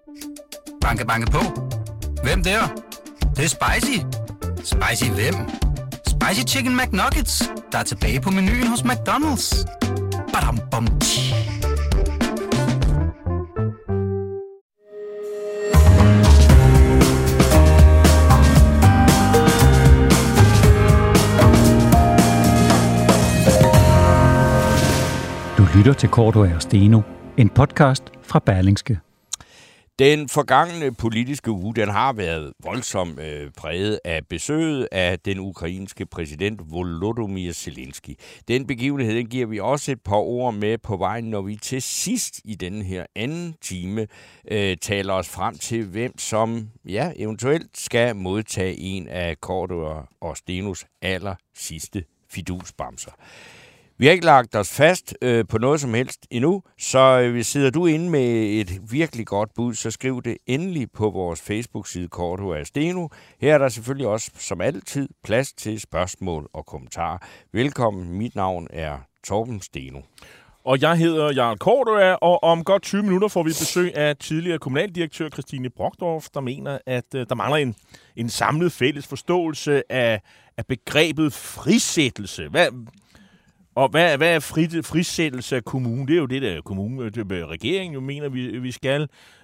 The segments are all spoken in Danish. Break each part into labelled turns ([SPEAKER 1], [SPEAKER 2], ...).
[SPEAKER 1] Banke, banke på. Hvem der? Det er spicy. Spicy hvem? Spicy Chicken McNuggets, der er tilbage på menuen hos McDonald's. Badum, bom, tji.
[SPEAKER 2] Du lytter til Cordua og Steno, en podcast fra Berlingske.
[SPEAKER 3] Den forgangne politiske uge, den har været voldsomt præget af besøget af den ukrainske præsident Volodymyr Zelensky. Den begivenhed, den giver vi også et par ord med på vejen, når vi til sidst i denne her anden time taler os frem til, hvem som eventuelt skal modtage en af Cordua og Stenos aller sidste fidusbamser. Vi har ikke lagt os fast på noget som helst endnu, så sidder du inde med et virkelig godt bud, så skriv det endelig på vores Facebook-side Cordua og Steno. Her er der selvfølgelig også, som altid, plads til spørgsmål og kommentarer. Velkommen, mit navn er Torben Steno.
[SPEAKER 4] Og jeg hedder Jarl Cordua, og om godt 20 minutter får vi besøg af tidligere kommunaldirektør Christine Brockdorff, der mener, at der mangler en samlet fælles forståelse af begrebet frisættelse. Hvad er frisættelse af kommunen? Det er jo det, der regeringen jo mener, vi skal.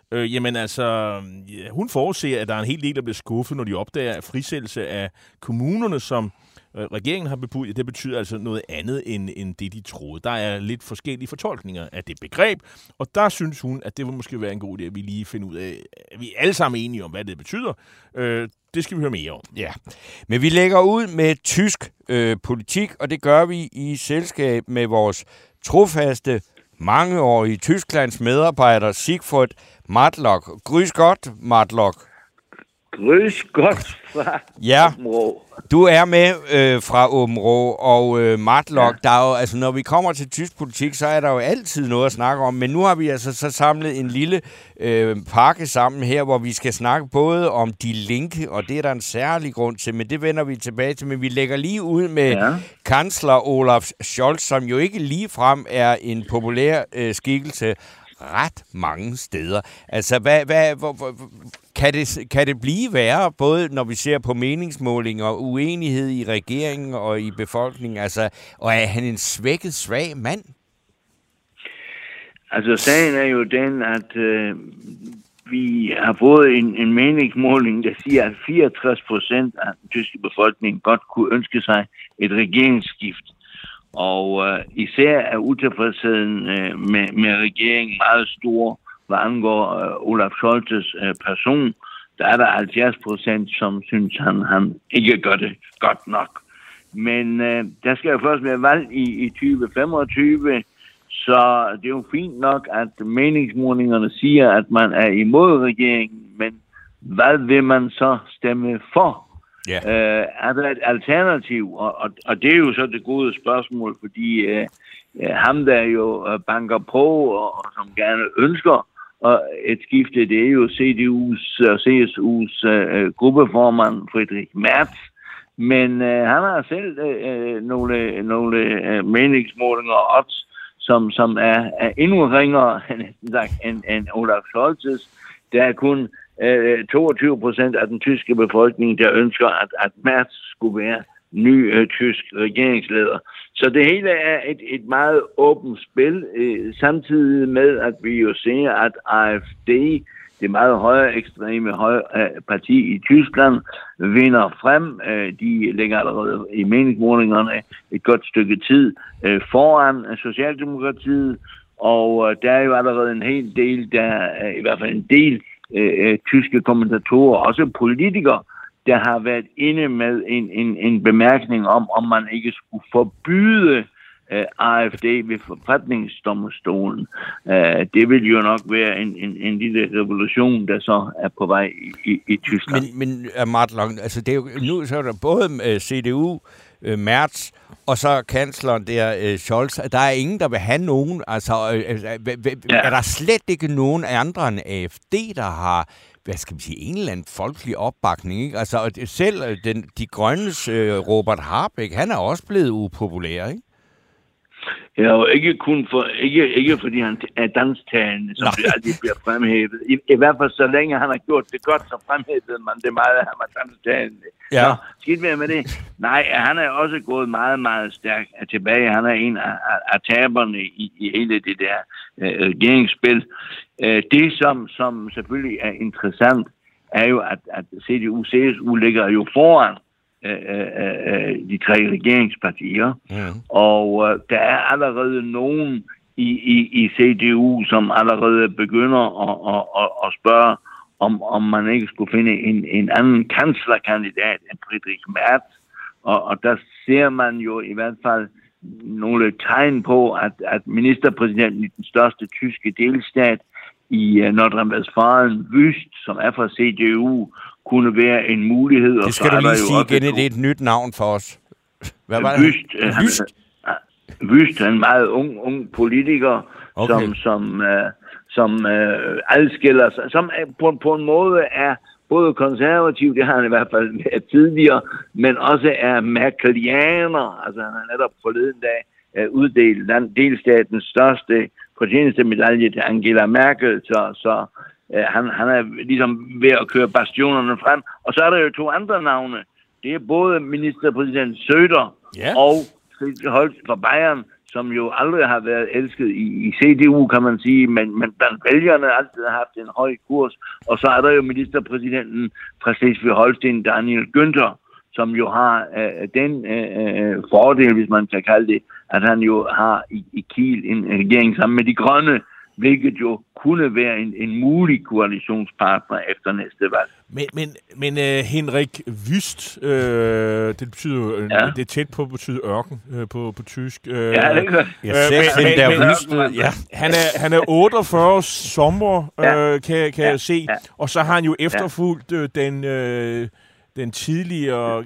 [SPEAKER 4] Hun forudser, at der er en hel del, der bliver skuffet, når de opdager, at frisættelse af kommunerne, som regeringen har bebudt, det betyder altså noget andet, end det, de troede. Der er lidt forskellige fortolkninger af det begreb, og der synes hun, at det vil måske være en god idé, at vi lige finder ud af, at vi er alle sammen enige om, hvad det betyder. Det skal vi høre mere om.
[SPEAKER 3] Ja, men vi lægger ud med tysk politik, og det gør vi i selskab med vores trofaste, mangeårige Tysklands medarbejder Sigfrid Matlock. Grüß Gott, Matlock.
[SPEAKER 5] Grüß Gott fra Åbenrå.
[SPEAKER 3] Du er med fra Åbenrå, og Matlock, der er jo, altså når vi kommer til tysk politik, så er der jo altid noget at snakke om, men nu har vi altså så samlet en lille pakke sammen her, hvor vi skal snakke både om Die Linke, og det er der en særlig grund til, men det vender vi tilbage til, men vi lægger lige ud med kansler Olaf Scholz, som jo ikke ligefrem er en populær skikkelse ret mange steder. Altså, kan det blive værre, både når vi ser på meningsmålinger og uenighed i regeringen og i befolkningen? Altså, og er han en svækket, svag mand?
[SPEAKER 5] Altså, sagen er jo den, at vi har fået en meningsmåling, der siger, at 64% af den tyske befolkning godt kunne ønske sig et regeringsskift. Og især er utilfredsheden med regeringen meget stor, hvad angår Olaf Scholz's person. Der er der 70%, som synes, han ikke gør det godt nok. Men der skal jo først være valg i 2025, så det er jo fint nok, at meningsmålingerne siger, at man er imod regeringen, men hvad vil man så stemme for? Yeah. Er der et alternativ? Og det er jo så det gode spørgsmål, fordi ham, der jo banker på og som gerne ønsker et skifte, det er jo CDU's og CSU's gruppeformand Friedrich Merz. Men han har selv nogle meningsmålinger og odds, som er endnu ringere end Olaf Scholz's. Der er kun 22% af den tyske befolkning, der ønsker, at Merz skulle være ny tysk regeringsleder. Så det hele er et meget åbent spil, samtidig med, at vi jo ser, at AfD, det meget højere ekstreme parti i Tyskland, vinder frem. De ligger allerede i meningsmålingerne et godt stykke tid foran Socialdemokratiet, og der er jo allerede en hel del, i hvert fald en del tyske kommentatorer, også politikere, der har været inde med en bemærkning om man ikke skulle forbyde AfD ved forfatningsdomstolen. Det vil jo nok være en lille revolution, der så er på vej i Tyskland.
[SPEAKER 3] Men Matlock, altså det er jo, nu så er der både CDU, Merz, og så kansleren der, Scholz. Der er ingen, der vil have nogen. Altså, er der slet ikke nogen andre end AfD, der har, hvad skal vi sige, en eller anden folkelig opbakning, ikke? Altså, selv de grønnes Robert Habeck, han er også blevet upopulær, ikke?
[SPEAKER 5] Ja, og ikke kun ikke fordi han er dansktalende, som det altid bliver fremhævet. I hvert fald så længe han har gjort det godt, så fremhævede man det meget, at han var dansktalende.
[SPEAKER 3] Ja.
[SPEAKER 5] Så skidt med det. Nej, han er også gået meget, meget stærkt tilbage. Han er en af taberne i hele det der regeringsspil. Det, som selvfølgelig er interessant, er jo, at CDU-CSU ligger jo foran de tre regeringspartier, og der er allerede nogen i CDU, som allerede begynder at spørge, om man ikke skulle finde en anden kanslerkandidat end Friedrich Merz, og der ser man jo i hvert fald nogle tegn på, at ministerpræsidenten i den største tyske delstat i Nordrhein-Westfalen, Wüst, som er fra CDU, kunne være en mulighed.
[SPEAKER 3] Det skal du lige sige igen, det er et nyt navn for os. Hvad var det?
[SPEAKER 5] Wüst er en meget ung politiker, okay, som adskiller sig, som på en måde er både konservativ, det har han i hvert fald været tidligere, men også er merkelianer. Altså han har netop forleden dag uddelt delstatens største fortjenestemedalje til Angela Merkel, så han er ligesom ved at køre bastionerne frem. Og så er der jo to andre navne. Det er både ministerpræsident Söder og Friedrich Holst fra Bayern, som jo aldrig har været elsket i CDU, kan man sige, men blandt vælgerne altid har haft en høj kurs. Og så er der jo ministerpræsidenten fra Slesvig-Holsten, Daniel Günther, som jo har den fordel, hvis man kan kalde det, at han jo har i Kiel en regering sammen med de grønne, hvilket jo kunne være en mulig koalitionspartner efter næste valg.
[SPEAKER 4] Men Henrik Wüst, det betyder det er tæt på betyder ørken på tysk.
[SPEAKER 5] Ja, det er godt.
[SPEAKER 4] Han er 48 sommer, kan jeg se, og så har han jo efterfulgt den tidligere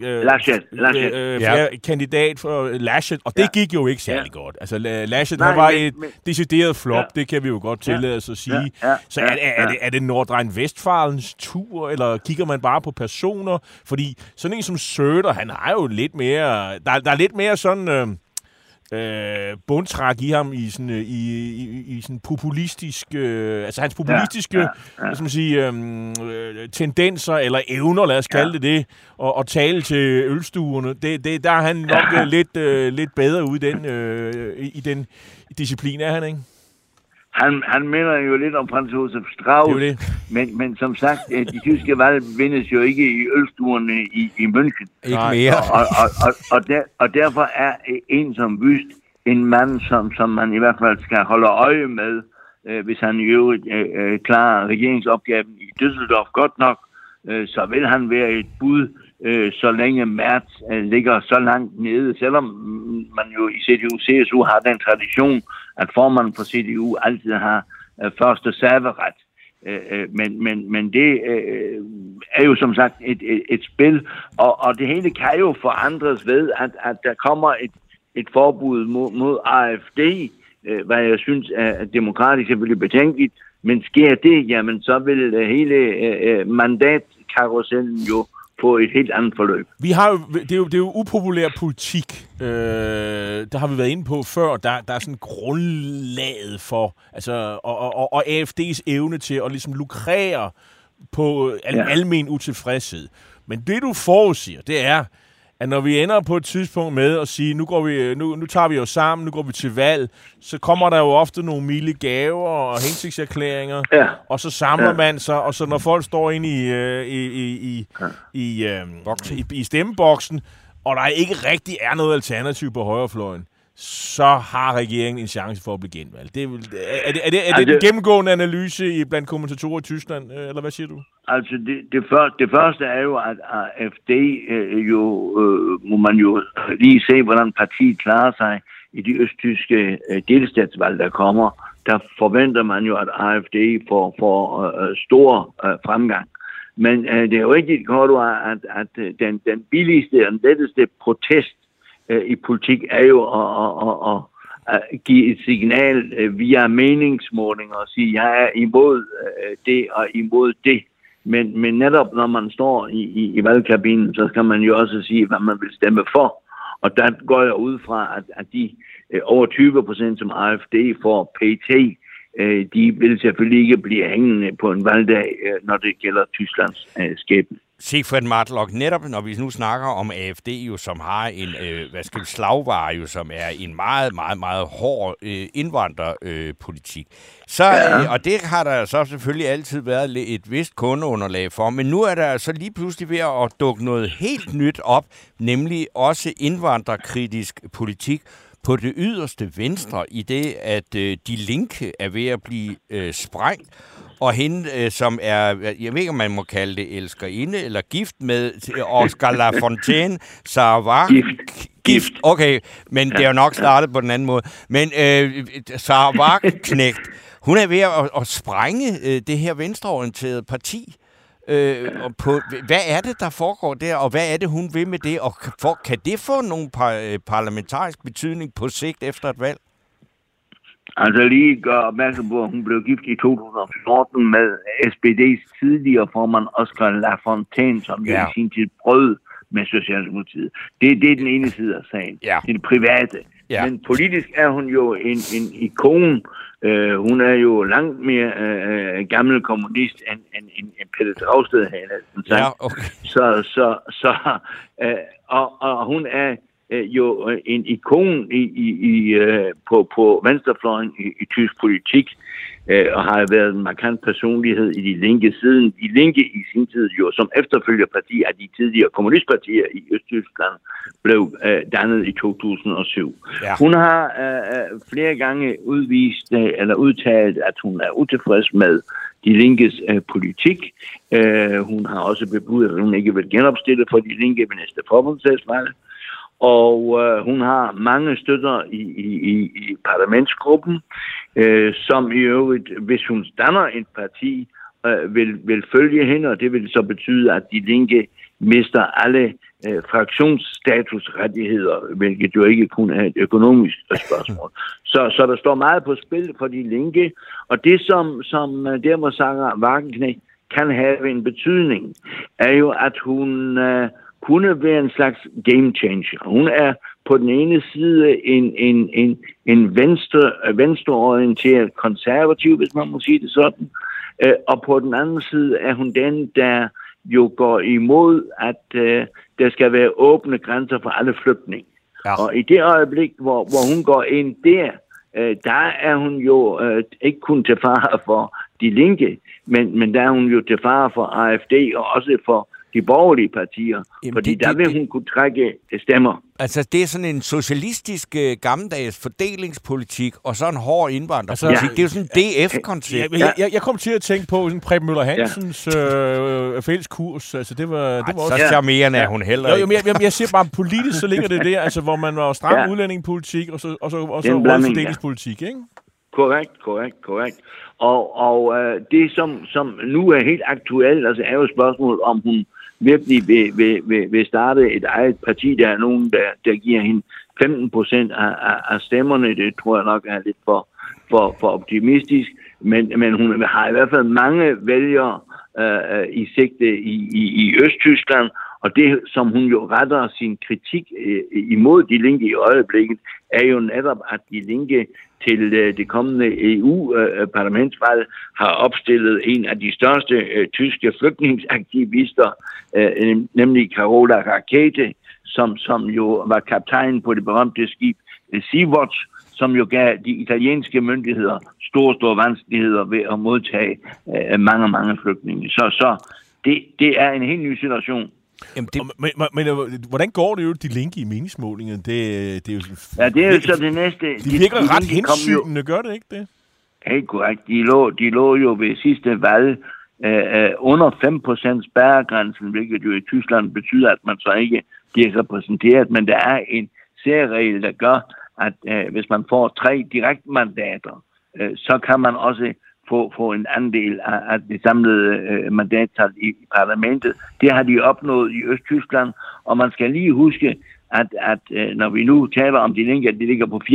[SPEAKER 4] kandidat for Laschet, og det gik jo ikke særlig godt. Altså Laschet, han var et decideret flop, det kan vi jo godt tillade os at sige. Så er det Nordrhein-Westfalens tur, eller kigger man bare på personer? Fordi sådan en som Söder, han har jo lidt mere, der er lidt mere sådan bundtræk i ham i sådan i sådan populistisk, altså hans populistiske, som man sige, tendenser eller evner, lad os kalde det, og tale til ølstuerne. Der er han nok lidt bedre ude i den disciplin, er han, ikke?
[SPEAKER 5] Han minder jo lidt om Franz Josef Strauss, men som sagt, de tyske valg vindes jo ikke i ølstuerne i München.
[SPEAKER 3] Ikke mere.
[SPEAKER 5] Og derfor er en som Wüst en mand, som man i hvert fald skal holde øje med, hvis han i øvrigt klarer regeringsopgaven i Düsseldorf godt nok, så vil han være et bud, så længe Merz ligger så langt nede, selvom man jo i CDU-CSU har den tradition, at formanden for CDU altid har første serveret. Men det er jo som sagt et spil, og det hele kan jo forandres ved, at der kommer et forbud mod AfD, hvad jeg synes er demokratisk selvfølgelig betænkeligt, men sker det, jamen så vil hele mandatkarusellen jo på et helt andet forløb.
[SPEAKER 4] Vi har jo, det er jo upopulær politik. Der har vi været inde på før. Der er sådan grundlaget for, altså, og AfD's evne til at ligesom lukrere på almen utilfredshed. Men det du forudsiger, det er, at når vi ender på et tidspunkt med at sige, nu tager vi jo sammen, nu går vi til valg, så kommer der jo ofte nogle milde gaver og hensigtserklæringer, og så samler man sig, og så når folk står inde i stemmeboksen, og der ikke rigtig er noget alternativ på højrefløjen, så har regeringen en chance for at blive genvalgt. Er det en gennemgående analyse blandt kommentatorer i Tyskland, eller hvad siger du?
[SPEAKER 5] Altså, det første er jo, at AfD må man jo lige se, hvordan partiet klarer sig i de østtyske delstatsvalg, der kommer. Der forventer man jo, at AfD får stor fremgang. Men det er jo rigtigt, at den billigste og den letteste protest i politik er jo at give et signal via meningsmålinger og sige, jeg er imod det og imod det. Men netop når man står i valgkabinen, så skal man jo også sige, hvad man vil stemme for. Og der går jeg ud fra, at de over 20%, som AfD får pt., de vil selvfølgelig ikke blive hængende på en valgdag, når det gælder Tysklands skæbne.
[SPEAKER 3] Siegfried Martlock, netop når vi nu snakker om AfD, jo, som har en slagvare, jo, som er en meget, meget, meget hård indvandrerpolitik. Og det har der så selvfølgelig altid været et vist kundeunderlag for, men nu er der så lige pludselig ved at dukke noget helt nyt op, nemlig også indvandrerkritisk politik på det yderste venstre, i det, at De Linke er ved at blive sprængt, og hende, som er, jeg ved ikke, om man må kalde det elskerinde, eller gift med Oscar Lafontaine, Sarawak. Gift. Okay, men det er jo nok startet på den anden måde. Men Sarawak-knægt, hun er ved at sprænge det her venstreorienterede parti. Hvad er det, der foregår der, og hvad er det, hun vil med det? Og kan det få nogen parlamentarisk betydning på sigt efter et valg?
[SPEAKER 5] Altså lige gør opmærksom på, at hun blev gift i 2014 med SPD's tidligere formand Oscar Lafontaine, som jo i sin tid brød med Socialdemokratiet. Det er den ene side af sagen. Ja. Det er det private. Ja. Men politisk er hun jo en ikon. Hun er jo langt mere gammel kommunist end Pelle Dragsted havde næsten sagt. Ja, okay. Og hun er jo en ikon på venstrefløjen i tysk politik, og har været en markant personlighed i De Linke siden. De Linke i sin tid jo som efterfølgerparti af de tidligere kommunistpartier i Østtyskland blev dannet i 2007. Ja. Hun har flere gange udtalt, at hun er utilfreds med De Linkes politik. Hun har også bebudet, at hun ikke vil genopstille for De Linke ved næste forbundsdagsvalg. Og hun har mange støtter i parlamentsgruppen, som i øvrigt, hvis hun danner et parti, vil følge hende, og det vil så betyde, at De Linke mister alle fraktionsstatusrettigheder, hvilket jo ikke kun er et økonomisk spørgsmål. Så der står meget på spil for De Linke, og det som der må Sarah Wagenknecht kan have en betydning, er jo, at hun kunne være en slags game changer. Hun er på den ene side en venstreorienteret konservativ, hvis man må sige det sådan, og på den anden side er hun den, der jo går imod, at der skal være åbne grænser for alle flygtninge. Ja. Og i det øjeblik, hvor hun går ind der er hun jo ikke kun til fare for De Linke, men der er hun jo til fare for AfD og også for de borgerlige partier, fordi der vil hun kunne trække stemmer.
[SPEAKER 3] Altså, det er sådan en socialistisk gammeldags fordelingspolitik, og så en hård indvandrerpolitik. Altså, det er jo sådan en DF-koncept.
[SPEAKER 4] Jeg kom til at tænke på sådan Preben Møller Hansens fælles kurs. Altså, det var også...
[SPEAKER 3] Så charmerende er hun heller ikke.
[SPEAKER 4] Jeg siger bare, politisk så ligger det der, altså, hvor man var stram udlændingepolitik, og så rød fordelingspolitik, ikke?
[SPEAKER 5] Korrekt. Og det, som nu er helt aktuelt, altså er jo spørgsmålet, om hun virkelig vil starte et eget parti. Der er nogen, der giver hende 15% af stemmerne. Det tror jeg nok er lidt for optimistisk. Men hun har i hvert fald mange vælgere i sigte i Østtyskland. Og det, som hun jo retter sin kritik imod De Linke i øjeblikket, er jo netop, at De Linke til det kommende EU-parlamentsvalg har opstillet en af de største tyske flygtningsaktivister, nemlig Carola Rakete, som jo var kaptajn på det berømte skib Sea-Watch, som jo gav de italienske myndigheder store vanskeligheder ved at modtage mange flygtninge. Så det er en helt ny situation.
[SPEAKER 4] Men hvordan går det jo De Linke i meningsmålingen? Det er jo
[SPEAKER 5] så det næste.
[SPEAKER 4] De virker ret hensynende, gør det ikke det?
[SPEAKER 5] Helt korrekt. De lå jo ved sidste valg under 5% spærregrænsen, hvilket jo i Tyskland betyder, at man så ikke bliver repræsenteret. Men der er en særregel, der gør, at hvis man får 3 direktmandater, så kan man også få en andel af det samlede mandattal i parlamentet. Det har de opnået i Østtyskland, og man skal lige huske, at når vi nu taler om De Linke, at de ligger på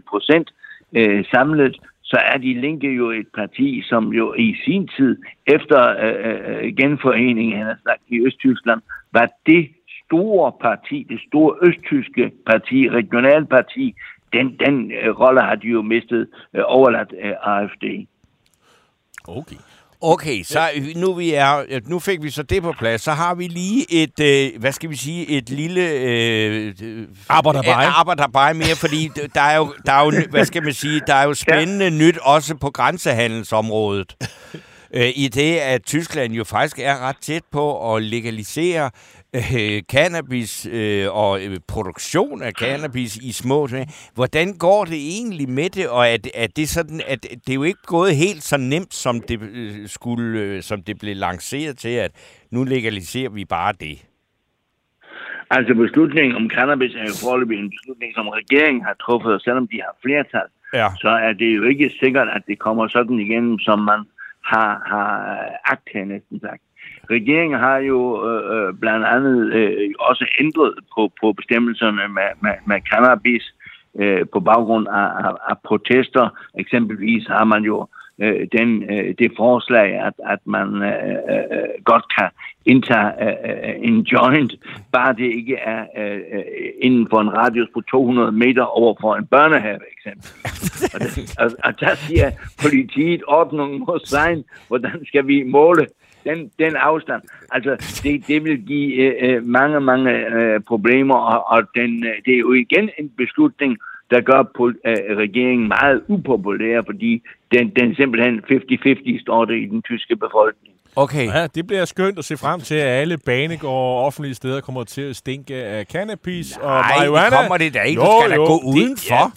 [SPEAKER 5] 4,9% samlet, så er De Linke jo et parti, som jo i sin tid, efter genforeningen i Østtyskland, var det store parti, det store østtyske parti, regionalparti, den rolle har de jo mistet, overladt AfD.
[SPEAKER 4] Okay.
[SPEAKER 3] Okay, så nu fik vi så det på plads. Så har vi lige et lille arbejderbej mere, fordi der er jo, der er jo spændende nyt også på grænsehandelsområdet. I det, at Tyskland jo faktisk er ret tæt på at legalisere cannabis og produktion af cannabis i små. Hvordan går det egentlig med det, og er det sådan, at det er jo ikke gået helt så nemt, som det blev lanceret til, at nu legaliserer vi bare det?
[SPEAKER 5] Altså beslutningen om cannabis er jo foreløbig en beslutning, som regeringen har truffet, og selvom de har flertal, så er det jo ikke sikkert, at det kommer sådan igennem, som man har agt her næsten sagt. Regeringen har jo blandt andet også ændret på bestemmelserne med cannabis på baggrund af protester. Eksempelvis har man jo det forslag, at man godt kan indtage en joint, bare det ikke er inden for en radius på 200 meter over for en børnehave, eksempelvis. Og der siger politiet, ordningen må sein, hvordan skal vi måle den afstand. Altså, det vil give mange problemer, og det er jo igen en beslutning, der gør regeringen meget upopulær, fordi den simpelthen 50-50 står der i den tyske befolkning.
[SPEAKER 4] Okay. Ja, det bliver skønt at se frem til, at alle banegårde og offentlige steder kommer til at stinke af cannabis og marihuana.
[SPEAKER 3] Nej, kommer det da ikke. Du skal da gå udenfor.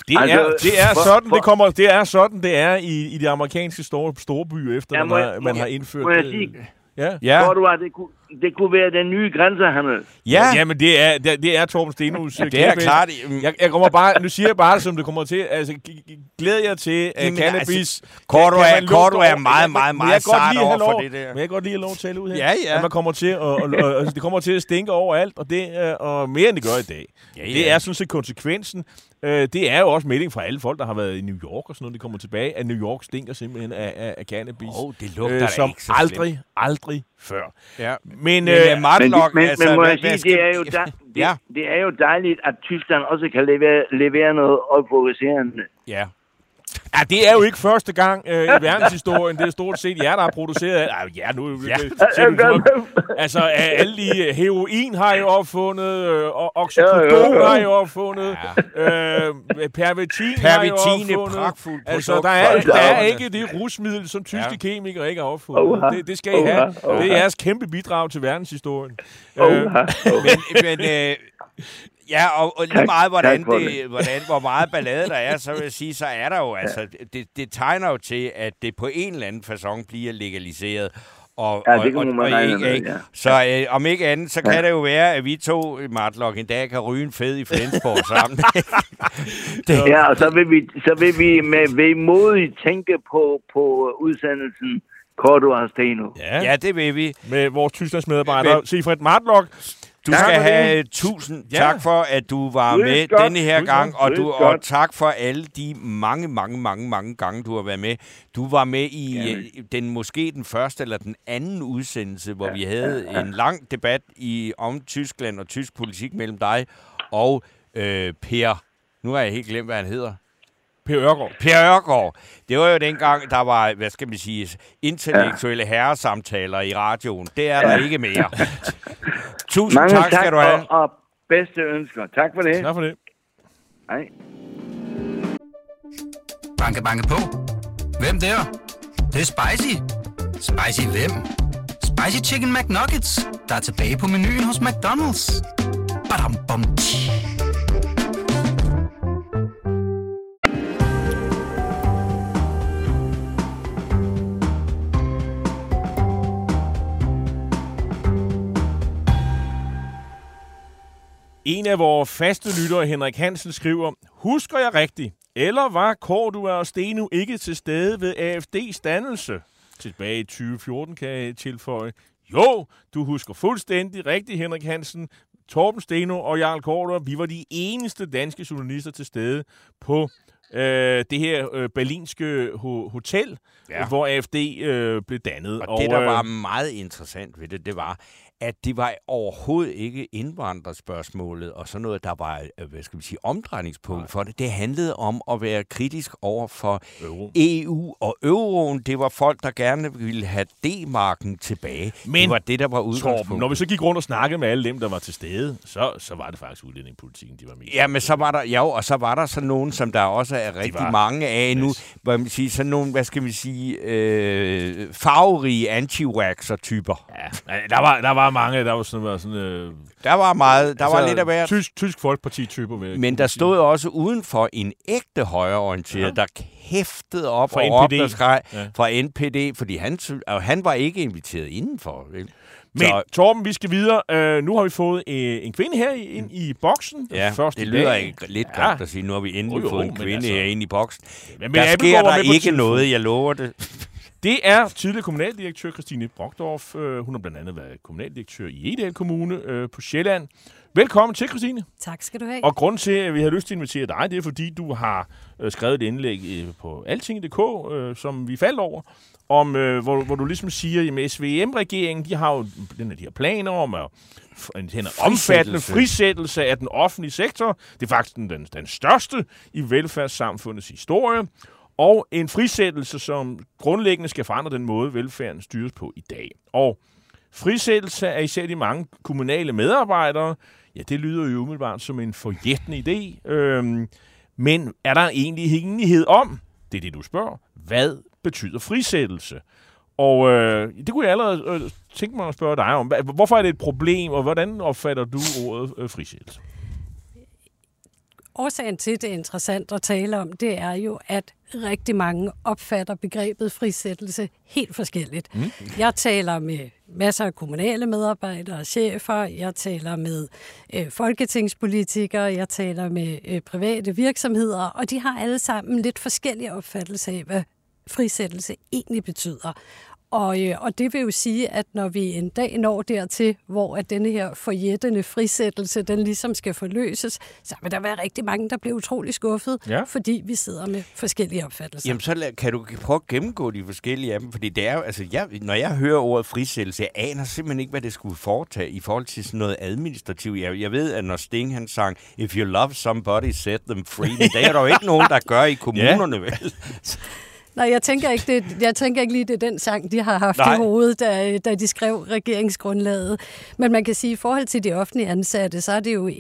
[SPEAKER 4] Det er sådan, det er i de amerikanske store byer, efter man har indført...
[SPEAKER 5] Må jeg sige,
[SPEAKER 3] tror
[SPEAKER 5] du, at det kunne være den nye grænsehandel?
[SPEAKER 4] Ja. Jamen, det er Torben Stenos.
[SPEAKER 3] Ja, det er klart.
[SPEAKER 4] Jeg kommer bare, nu siger jeg bare, som det kommer til. Altså, glæder jeg til cannabis.
[SPEAKER 3] Korto er meget sart over for det der.
[SPEAKER 4] Men jeg kan godt lige have lov at tale ud her.
[SPEAKER 3] Ja.
[SPEAKER 4] At man kommer til det kommer til at stinke overalt, og mere end det gør i dag. Ja. Det er sådan set konsekvensen. Det er jo også melding fra alle folk, der har været i New York og sådan noget, de kommer tilbage, at New York stinker simpelthen af cannabis.
[SPEAKER 3] Det lugter
[SPEAKER 4] som
[SPEAKER 3] ikke så
[SPEAKER 4] aldrig før.
[SPEAKER 3] Ja.
[SPEAKER 5] Men må jeg sige, det er jo dejligt, at Tyskland også kan levere noget euforiserende.
[SPEAKER 4] Ja. Ja, det er jo ikke første gang i verdenshistorien. Det er stort set jer, der har produceret... Altså, alle de heroin har jo opfundet, oxycodon har jo opfundet, pervitin har jo opfundet. Altså, der er ikke det rusmiddel, som tyske kemikere ikke har opfundet. Det skal I have. Det er jeres kæmpe bidrag til verdenshistorien.
[SPEAKER 3] Ja, og lige meget, hvor meget ballade der er, så vil jeg sige, så er der jo, altså, det tegner jo til, at det på en eller anden facon bliver legaliseret. Så om ikke andet, så kan det jo være, at vi to, Matlock, en dag kan ryge en fed i Flensborg sammen.
[SPEAKER 5] Ja, og så vil vi med vemodigt tænke på udsendelsen Korto og Steno.
[SPEAKER 3] Ja, det vil vi.
[SPEAKER 4] Med vores Tysklandsmedarbejder, Sigfrid Matlock.
[SPEAKER 3] Du skal have tusind tak for, at du var med denne her gang, og tak for alle de mange gange, du har været med. Du var med i måske den første eller den anden udsendelse, hvor vi havde en lang debat om Tyskland og tysk politik mellem dig og Per. Nu har jeg helt glemt, hvad han hedder.
[SPEAKER 4] Per Ørgaard.
[SPEAKER 3] Per Ørgaard. Det var jo dengang, der var, hvad skal man sige, intellektuelle herresamtaler i radioen. Det er der ikke mere. Tusind
[SPEAKER 5] mange
[SPEAKER 3] tak skal du have.
[SPEAKER 5] Og bedste ønsker. Tak for det.
[SPEAKER 4] Tak for det.
[SPEAKER 5] Hej.
[SPEAKER 1] Banke på. Hvem der? Det er spicy. Spicy hvem? Spicy Chicken McNuggets, der er tilbage på menuen hos McDonald's. Badum, bom,
[SPEAKER 4] En af vores faste lyttere, Henrik Hansen, skriver, husker jeg rigtigt? Eller var Korto og Steno ikke til stede ved AFD's dannelse? Tilbage i 2014 kan jeg tilføje. Jo, du husker fuldstændig rigtigt, Henrik Hansen. Torben Steno og Jarl Korto, vi var de eneste danske journalister til stede på det her berlinske hotel, hvor AFD blev dannet.
[SPEAKER 3] Og det, der var meget interessant ved det var, at det var overhovedet ikke indvandrerspørgsmålet og sådan noget, der var, omdrejningspunkt for det. Det handlede om at være kritisk over for EU og euroen. Det var folk, der gerne ville have D-marken tilbage. Men det var det, der var udgangspunktet.
[SPEAKER 4] Når vi så gik rundt og snakkede med alle dem, der var til stede, så var det faktisk udlændingepolitikken, de var med.
[SPEAKER 3] Ja, men så var der, og så var der sådan nogen, som der også er rigtig mange af nu, hvor man siger, sådan nogle, farverige anti-waxer-typer.
[SPEAKER 4] Ja, der var mange, der var sådan...
[SPEAKER 3] der var meget, der var lidt af hvert.
[SPEAKER 4] Tysk Folkeparti-typer.
[SPEAKER 3] Men der stod også udenfor en ægte højreorienteret, der hæftede op
[SPEAKER 4] fra
[SPEAKER 3] og
[SPEAKER 4] NPD.
[SPEAKER 3] Op og skreg fra NPD, fordi han var ikke inviteret indenfor. Vel?
[SPEAKER 4] Men Torben, vi skal videre. Nu har vi fået en kvinde her ind i boksen.
[SPEAKER 3] Ja, det lyder ikke lidt godt at sige, nu har vi endelig fået en kvinde her ind i boksen. Men der sker der ikke noget, jeg lover det.
[SPEAKER 4] Det er tidligere kommunaldirektør Christine Brockdorff. Hun har blandt andet været kommunaldirektør i Egedal Kommune på Sjælland. Velkommen til, Christine.
[SPEAKER 6] Tak skal du have.
[SPEAKER 4] Og grunden til, at vi har lyst til at invitere dig, det er, fordi du har skrevet et indlæg på altinget.dk, som vi faldt over, om, hvor du ligesom siger, at SVM-regeringen, de har jo de her planer om en omfattende frisættelse af den offentlige sektor. Det er faktisk den største i velfærdssamfundets historie. Og en frisættelse, som grundlæggende skal forandre den måde, velfærden styres på i dag. Og frisættelse af især de mange kommunale medarbejdere, ja, det lyder jo umiddelbart som en forjættende idé. Men er der egentlig enighed om, det er det, du spørger, hvad betyder frisættelse? Og det kunne jeg allerede tænke mig at spørge dig om. Hvorfor er det et problem, og hvordan opfatter du ordet frisættelse?
[SPEAKER 6] Årsagen til, det er interessant at tale om, det er jo, at rigtig mange opfatter begrebet frisættelse helt forskelligt. Jeg taler med masser af kommunale medarbejdere og chefer, jeg taler med folketingspolitikere, jeg taler med private virksomheder, og de har alle sammen lidt forskellige opfattelser af, hvad frisættelse egentlig betyder. Og det vil jo sige, at når vi en dag når dertil, hvor at denne her forjættende frisættelse, den ligesom skal forløses, så vil der være rigtig mange, der bliver utrolig skuffet, fordi vi sidder med forskellige opfattelser.
[SPEAKER 3] Jamen, så kan du prøve at gennemgå de forskellige af dem, fordi det er jo, altså, når jeg hører ordet frisættelse, jeg aner simpelthen ikke, hvad det skulle foretage i forhold til sådan noget administrativt. Jeg ved, at når Sting, han sang, if you love somebody, set them free, men det er der jo ikke nogen, der gør i kommunerne, vel?
[SPEAKER 6] Nej, jeg tænker ikke lige, det er den sang, de har haft i hovedet, da de skrev regeringsgrundlaget. Men man kan sige, at i forhold til de offentlige ansatte, så er det jo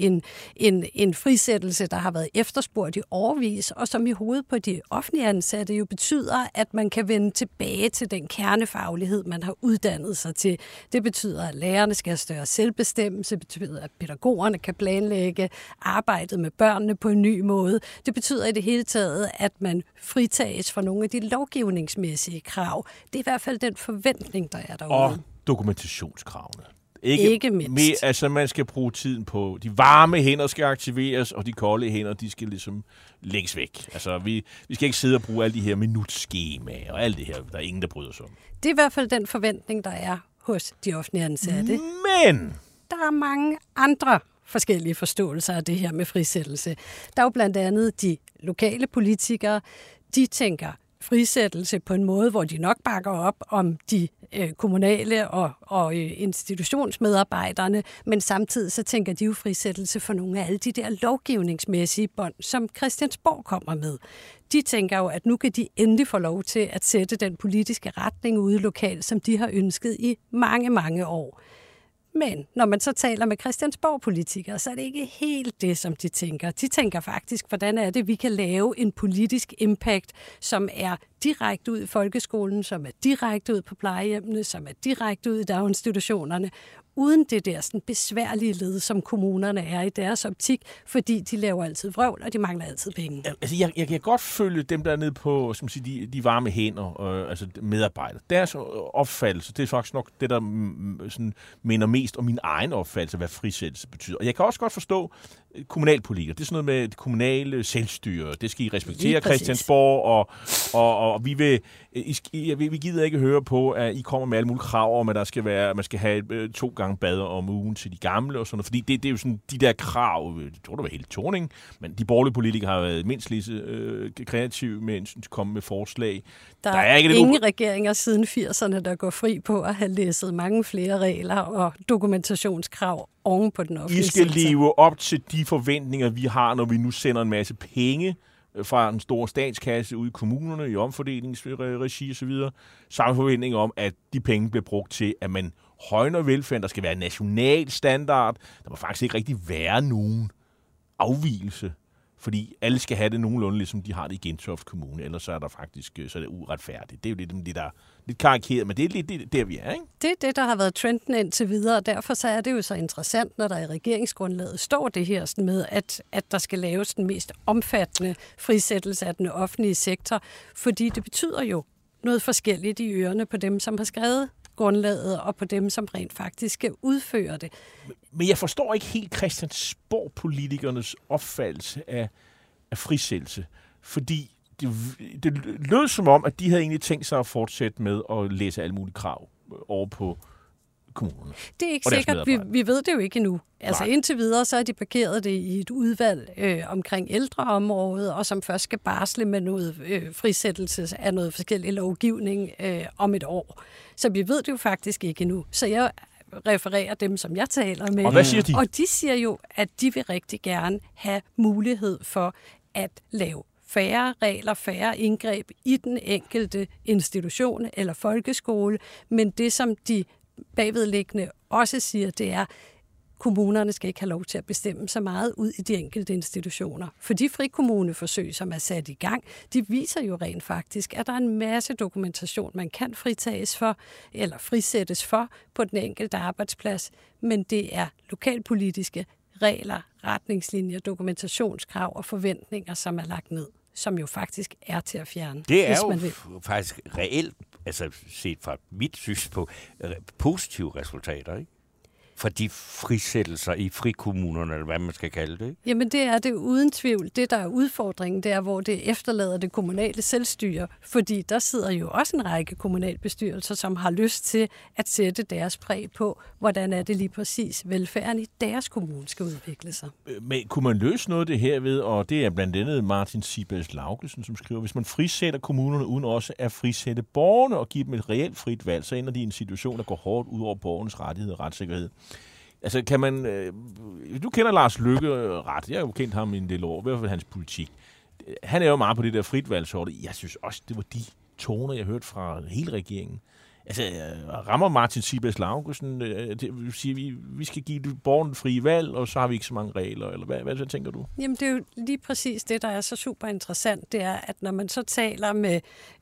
[SPEAKER 6] en frisættelse, der har været efterspurgt i årevis, og som i hovedet på de offentlige ansatte jo betyder, at man kan vende tilbage til den kernefaglighed, man har uddannet sig til. Det betyder, at lærerne skal have større selvbestemmelse, det betyder, at pædagogerne kan planlægge arbejdet med børnene på en ny måde. Det betyder i det hele taget, at man fritages fra nogle af de lovgivningsmæssige krav. Det er i hvert fald den forventning, der er derude.
[SPEAKER 4] Og dokumentationskravene.
[SPEAKER 6] Ikke mindst.
[SPEAKER 4] Altså, man skal bruge tiden på, de varme hænder skal aktiveres, og de kolde hænder, de skal ligesom lægges væk. Altså, vi skal ikke sidde og bruge alle de her minutskemaer og alt det her, der er ingen, der bryder sig om.
[SPEAKER 6] Det er i hvert fald den forventning, der er hos de offentlige ansatte.
[SPEAKER 4] Men
[SPEAKER 6] der er mange andre forskellige forståelser af det her med frisættelse. Der er jo blandt andet de lokale politikere, de tænker frisættelse på en måde, hvor de nok bakker op om de kommunale og institutionsmedarbejderne, men samtidig så tænker de jo frisættelse for nogle af alle de der lovgivningsmæssige bånd, som Christiansborg kommer med. De tænker jo, at nu kan de endelig få lov til at sætte den politiske retning ude lokalt, som de har ønsket i mange, mange år. Men når man så taler med Christiansborg-politikere, så er det ikke helt det, som de tænker. De tænker faktisk, hvordan er det, vi kan lave en politisk impact, som er direkte ud i folkeskolen, som er direkte ud på plejehjemmene, som er direkte ud i daginstitutionerne, uden det der sådan besværlige led, som kommunerne er i deres optik, fordi de laver altid vrøvl, og de mangler altid penge.
[SPEAKER 4] Altså, jeg kan godt følge dem, der er nede på som siger, de varme hænder, altså medarbejdere. Deres opfattelse, det er faktisk nok det, der sådan, minder mest om min egen opfattelse, hvad frisættelse betyder. Og jeg kan også godt forstå kommunalpolitikere. Det er sådan noget med det kommunale selvstyre. Det skal I respektere Christiansborg, og vi gider ikke høre på, at I kommer med alle mulige krav om, at man skal have 2 gange bad om ugen til de gamle og sådan noget. Fordi det er jo sådan de der krav, jeg tror, det var helt Thorning, men de borgerlige politikere har været mindst lige så kreative med at komme med forslag.
[SPEAKER 6] Der er ikke ingen regeringer siden 80'erne, der går fri på at have læsset mange flere regler og dokumentationskrav oven på den offentlige sektor.
[SPEAKER 4] I skal leve op til de forventninger, vi har, når vi nu sender en masse penge fra den store statskasse ud i kommunerne, i omfordelingsregi og så videre. Samme forventning om, at de penge bliver brugt til, at man højner velfærden. Der skal være national standard. Der må faktisk ikke rigtig være nogen afvigelse, fordi alle skal have det nogenlunde, ligesom de har det i Gentofte Kommune. Ellers så er der faktisk så er det uretfærdigt. Det er jo lidt, lidt karikeret, men det er lidt der, vi er, ikke?
[SPEAKER 6] Det er det, der har været trenden indtil videre, og derfor så er det jo så interessant, når der i regeringsgrundlaget står det her sådan med, at der skal laves den mest omfattende frisættelse af den offentlige sektor, fordi det betyder jo noget forskelligt i ørerne på dem, som har skrevet grundlaget, og på dem, som rent faktisk skal udføre det.
[SPEAKER 4] Men jeg forstår ikke helt Christiansborg-politikernes opfattelse af frisættelse, fordi det lød som om, at de havde egentlig tænkt sig at fortsætte med at læse alle mulige krav over på kommunerne.
[SPEAKER 6] Det er ikke sikkert. Vi ved det jo ikke endnu. Altså indtil videre, så er de parkeret det i et udvalg omkring ældreområdet, og som først skal barsle med noget frisættelse af noget forskellig lovgivning om et år. Så vi ved det jo faktisk ikke endnu. Så jeg refererer dem, som jeg taler med.
[SPEAKER 4] Og hvad siger de?
[SPEAKER 6] Og de siger jo, at de vil rigtig gerne have mulighed for at lave færre regler, færre indgreb i den enkelte institution eller folkeskole, men det, som de bagvedliggende også siger, det er, kommunerne skal ikke have lov til at bestemme så meget ud i de enkelte institutioner. For de frikommuneforsøg, som er sat i gang, de viser jo rent faktisk, at der er en masse dokumentation, man kan fritages for eller frisættes for på den enkelte arbejdsplads, men det er lokalpolitiske regler, retningslinjer, dokumentationskrav og forventninger, som er lagt ned, som jo faktisk er til at fjerne.
[SPEAKER 3] Det er jo faktisk reelt, altså set fra mit synspunkt, positive resultater, ikke? For de frisættelser i frikommunerne, eller hvad man skal kalde det, ikke?
[SPEAKER 6] Jamen det er det uden tvivl. Det, der er udfordringen, det er, hvor det efterlader det kommunale selvstyre. Fordi der sidder jo også en række kommunalbestyrelser, som har lyst til at sætte deres præg på, hvordan er det lige præcis velfærden i deres kommune skal udvikle sig.
[SPEAKER 4] Men kunne man løse noget af det her ved, og det er blandt andet Martin Sibels Laugesen, som skriver, hvis man frisætter kommunerne uden også at frisætte borgerne og give dem et reelt frit valg, så ender de i en situation, der går hårdt ud over borgernes rettigheder og retssikkerhed. Altså kan man... Du kender Lars Løkke ret. Jeg har jo kendt ham i en del år, i hvert fald hans politik. Han er jo meget på det der fritvalgsordet. Jeg synes også, det var de toner, jeg hørte fra hele regeringen. Altså, rammer Martin Sibels Laugesen, siger vi skal give borgerne frie valg, og så har vi ikke så mange regler, eller hvad tænker du?
[SPEAKER 6] Jamen, det er jo lige præcis det, der er så super interessant, det er, at når man så taler med